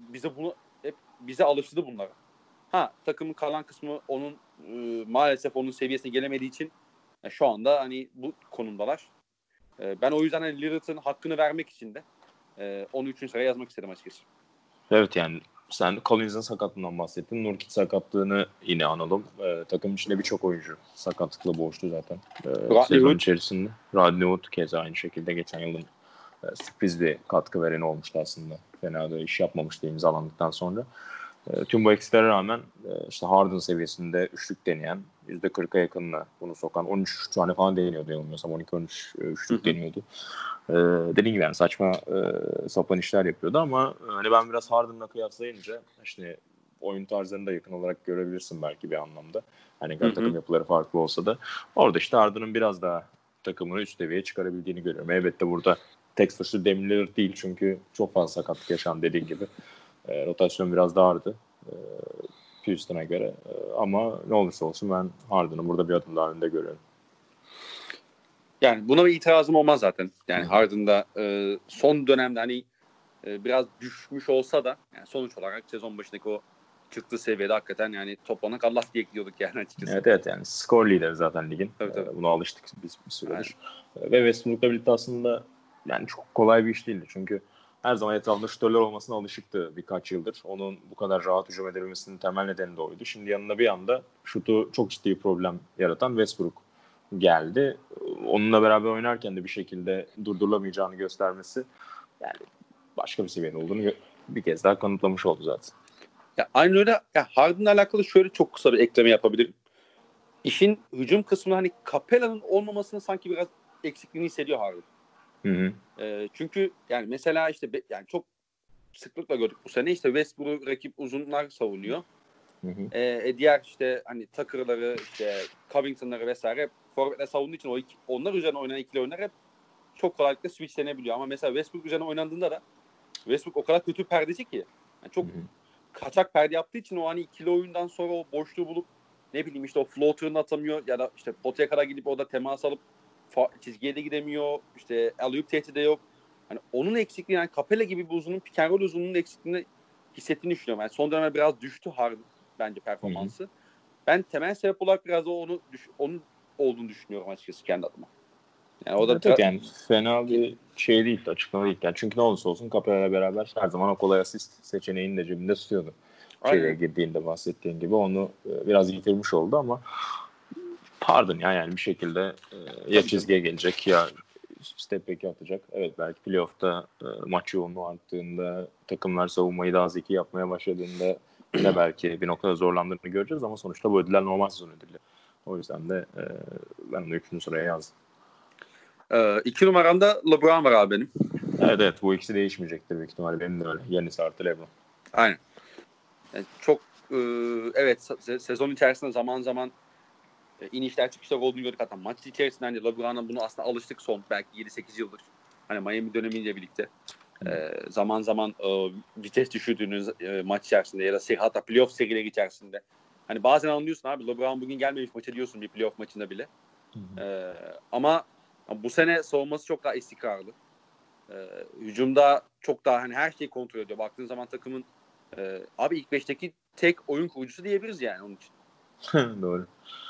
bize alıştırdı bunlara. Takımın kalan kısmı onun maalesef onun seviyesine gelemediği için şu anda hani bu konumdalar. Ben o yüzden hani Lillard'ın hakkını vermek için de onu 3. sıraya yazmak istedim açıkçası. Evet yani sen Collins'in sakatlığından bahsettin. Nurkic sakatlığını yine analım. Takım içinde birçok oyuncu sakatlıkla boğuştu zaten. Sezon içerisinde. Rodney Hood keza aynı şekilde geçen yılın sürpriz bir katkı vereni olmuştu aslında. Fena da iş yapmamıştı imzalandıktan sonra. Tüm bu eksilere rağmen işte Harden seviyesinde üçlük deneyen, %40'a yakınına bunu sokan 13 tane falan deniyordu yanılmıyorsam 12-13 üçlük deniyordu. Dediğim gibi yani saçma sapan işler yapıyordu ama hani ben biraz Harden'la kıyaslayınca işte oyun tarzlarını da yakın olarak görebilirsin belki bir anlamda. Hani takım yapıları farklı olsa da orada işte Harden'ın biraz daha takımını üst seviyeye çıkarabildiğini görüyorum. Elbette burada tek suçlu Damian Lillard değil çünkü çok fazla sakatlık yaşandı dediğin gibi. Rotasyon biraz daha ağırdı Houston'a göre. Ama ne olursa olsun ben Harden'ı burada bir adım daha önde görüyorum. Yani buna bir itirazım olmaz zaten. Yani Harden'da son dönemde hani biraz düşmüş olsa da yani sonuç olarak sezon başındaki o çıktığı seviyede hakikaten yani toplanak Allah diye gidiyorduk yani açıkçası. Evet yani skor lideri zaten ligin. Tabii. Buna alıştık biz bir süredir. Ve Westbrook'la birlikte aslında yani çok kolay bir iş değildi. Çünkü her zaman etrafında şutörler olmasına alışıktı birkaç yıldır. Onun bu kadar rahat hücum edebilmesinin temel nedeni de oydu. Şimdi yanına bir anda şutu çok ciddi bir problem yaratan Westbrook geldi. Onunla beraber oynarken de bir şekilde durdurulamayacağını göstermesi yani başka bir seviyede olduğunu bir kez daha kanıtlamış oldu zaten. Ya aynı öyle. Ya Harden'la alakalı şöyle çok kısa bir ekleme yapabilirim. İşin hücum kısmında hani Capella'nın olmamasını sanki biraz eksikliğini hissediyor Harden. Çünkü yani mesela işte yani çok sıklıkla gördük bu sene işte Westbrook rakip uzunlar savunuyor. Diğer işte hani Tucker'ları işte Covington'ları vesaire forvetle savunduğu için onlar üzerine oynanan ikili oyunlar hep çok kolaylıkla switchlenebiliyor. Ama mesela Westbrook üzerine oynandığında da Westbrook o kadar kötü perdeci ki. Yani çok kaçak perde yaptığı için o hani ikili oyundan sonra o boşluğu bulup ne bileyim işte o floater'ını atamıyor ya da işte potaya kadar gidip orada temas alıp çizgiye de gidemiyor. İşte alley-oop tehdidi de yok. Hani onun eksikliği yani Capella gibi bir uzunun pick and roll uzunluğunun eksikliğini hissettiğini düşünüyorum. Yani son dönemde biraz düştü Harden bence performansı. Hı-hı. Ben temel sebep olarak biraz da onun olduğunu düşünüyorum açıkçası kendi adıma. Yani o da evet, yani fena bir şey değil, açıklama değil. Yani çünkü ne olursa olsun Capella'yla beraber her zaman o kolay asist seçeneğini de cebinde tutuyordu. Şeye girdiğinde bahsettiğin gibi onu biraz yitirmiş oldu ama Harden yani bir şekilde ya çizgiye gelecek ya step back'i atacak. Evet, belki playoff'ta maç yoğunluğu arttığında, takımlar savunmayı daha zeki yapmaya başladığında yine belki bir noktada zorlandığını göreceğiz ama sonuçta bu ödüller normal sezon ödülü. O yüzden de ben onu 3. sıraya yazdım. 2 numaramda LeBron var abi benim. Evet, bu ikisi değişmeyecektir büyük ihtimalle. Benim de öyle. Giannis artı LeBron. Aynen. Yani çok evet sezon içerisinde zaman zaman inişler çıkışlar olduğunu gördük hatta maç içerisinde hani LeBron'a bunu aslında alıştık son belki 7-8 yıldır. Hani Miami dönemiyle birlikte. Zaman zaman vites düşürdüğünüz maç içerisinde ya da hatta playoff serileri içerisinde. Hani bazen anlıyorsun abi LeBron bugün gelmemiş maça diyorsun bir playoff maçında bile. Ama bu sene savunması çok daha istikrarlı. Hücumda çok daha hani her şeyi kontrol ediyor. Baktığın zaman takımın abi ilk 5'teki tek oyun kurucusu diyebiliriz yani onun için. Doğru.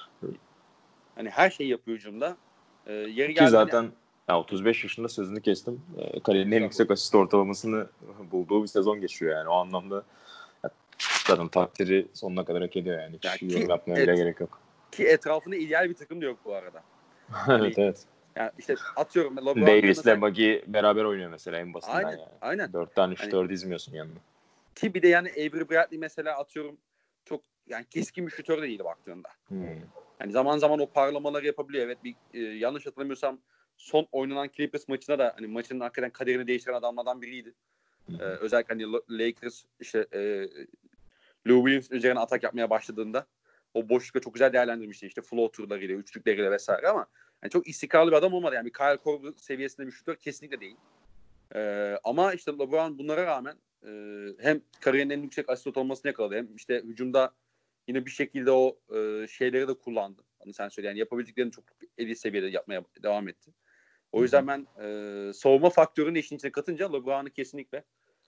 Hani her şeyi yapıyor hücumda. Yeri ki zaten hani, ya 35 yaşında sözünü kestim. Kariyerin en yüksek asist ortalamasını bulduğu bir sezon geçiyor yani. O anlamda zaten takdiri sonuna kadar hak ediyor yani. Hiç yorum yapmaya bile gerek yok. Ki etrafında ideal bir takım da yok bu arada. Hani, evet. Yani işte atıyorum LeBron Davis'le Maggie beraber oynuyor mesela en basitinden aynen, yani. Aynen. 4 tane şutör dizmiyorsun yanına. Ki bir de yani Avery Bradley mesela atıyorum çok yani keskin bir şutör değil baktığında. Yani zaman zaman o parlamaları yapabiliyor. Evet yanlış hatırlamıyorsam son oynanan Clippers maçında da hani maçın hakikaten kaderini değiştiren adamlardan biriydi. Özellikle hani Lakers işte Lou Williams üzerine atak yapmaya başladığında o boşlukta çok güzel değerlendirmişti işte floaterlarıyla, üçlükleriyle vesaire ama yani çok istikrarlı bir adam olmadı. Yani bir Kyle Korver seviyesinde bir şutör kesinlikle değil. Ama işte LeBron bunlara rağmen hem kariyerinin en yüksek asist olmasını yakaladı hem işte hücumda yine bir şekilde o şeyleri de kullandı. Hani sen söyle yani yapabildiklerini çok elit seviyede yapmaya devam etti. O yüzden ben savunma faktörünü işin içine katınca LeBron'u kesinlikle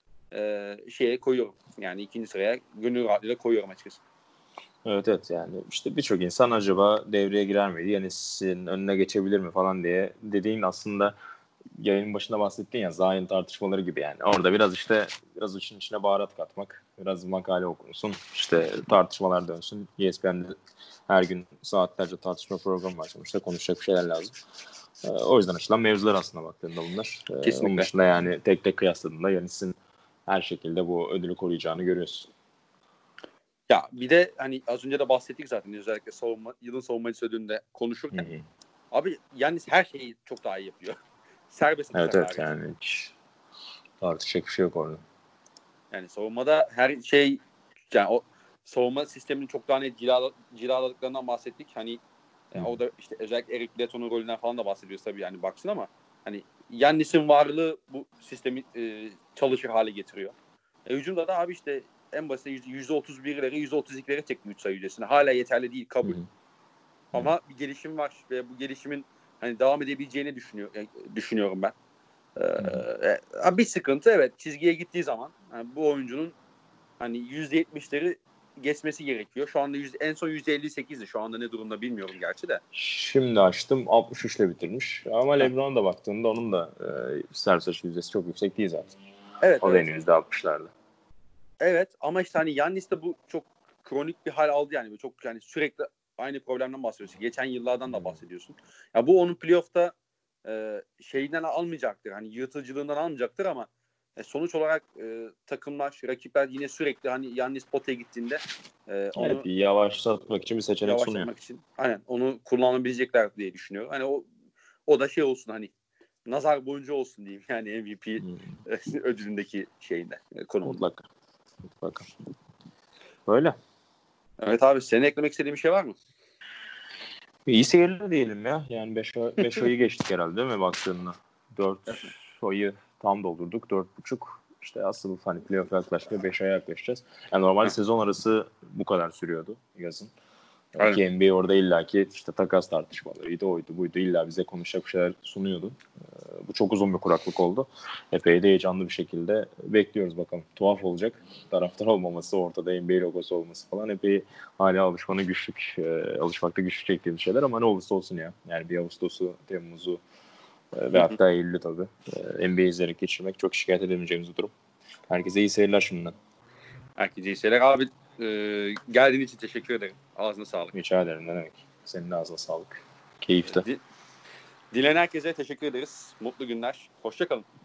şeye koyuyorum. Yani 2. sıraya gönül rahatlığıyla koyuyorum açıkçası. Evet yani işte birçok insan acaba devreye girer miydi? Yanis'in önüne geçebilir mi falan diye dediğin aslında yayının başında bahsettin ya Zion tartışmaları gibi yani. Orada biraz için içine baharat katmak, biraz makale okunsun, işte tartışmalar dönsün. ESPN'de her gün saatlerce tartışma programı var sonuçta konuşacak bir şeyler lazım. O yüzden açılan mevzular aslında baktığında bunlar. Onun dışında yani tek tek kıyasladığında Yanis'in her şekilde bu ödülü koruyacağını görüyorsun. Ya bir de hani az önce de bahsettik zaten özellikle yılın savunmacısı ödülünde konuşurken. Abi Yanis her şeyi çok daha iyi yapıyor. Serbest atışlar. Evet yani hiç tartışacak bir şey yok orada. Yani savunmada her şey yani o savunma sisteminin çok daha net cilaladıklarından bahsettik. Hani o da işte özellikle Eric Bledsoe'nun rolünden falan da bahsediyoruz tabii yani baksın ama hani Yannis'in varlığı bu sistemi çalışır hale getiriyor. Hücumda da abi işte en basit %31'lere %32'lere çekti 3 sayı yüzdesini. Hala yeterli değil kabul. Ama bir gelişim var ve bu gelişimin hani devam edebileceğini düşünüyorum ben. Bir sıkıntı evet çizgiye gittiği zaman yani bu oyuncunun hani %70'leri geçmesi gerekiyor. Şu anda en son %58'di. Şu anda ne durumda bilmiyorum gerçi de. Şimdi açtım 63'le bitirmiş. Ama LeBron'a da baktığında onun da servis atış yüzdesi çok yüksek değil zaten. Evet. O da yine %60'larda. Evet ama işte hani Yannis'te bu çok kronik bir hal aldı yani. Çok yani sürekli aynı problemden bahsediyorsun. Geçen yıllardan da bahsediyorsun. Ya bu onun playoff'ta şeyinden almayacaktır. Hani yırtıcılığından almayacaktır ama sonuç olarak takımlar, rakipler yine sürekli hani Yannis potaya gittiğinde onu yavaşlatmak için bir seçenek sunuyor. Aynen onu kullanabilecekler diye düşünüyorum. Hani o da şey olsun hani nazar boncuğu olsun diyeyim yani MVP ödülündeki şeyinde konumunda. Mutlaka. Böyle. Evet abi senin eklemek istediğin bir şey var mı? İyi seyirler diyelim ya. Yani 5 ayı geçtik herhalde değil mi baktığında? 4 ayı tam doldurduk. 4,5 işte asıl hani playoff yaklaşmıyor. 5 aya yaklaşacağız. Yani normalde sezon arası bu kadar sürüyordu yazın. Ki NBA orada illaki işte takas tartışmalarıydı, oydu buydu, illa bize konuşacak şeyler sunuyordu. Bu çok uzun bir kuraklık oldu. Epey de heyecanlı bir şekilde bekliyoruz bakalım. Tuhaf olacak. Taraftar olmaması, ortada NBA logosu olması falan epey hala alışmakta güçlük çektiğimiz şeyler ama ne olursa olsun ya. Yani bir Ağustos'u, Temmuz'u ve hatta Eylül'ü tabii NBA izleyerek geçirmek çok şikayet edemeyeceğimiz bir durum. Herkese iyi seyirler şimdiden. Herkese iyi seyirler. Abi geldiğin için teşekkür ederim. Ağzına sağlık. Rica ederim, ne demek. Senin de ağzına sağlık. Keyifti. Dinleyen herkese teşekkür ederiz. Mutlu günler. Hoşça kalın.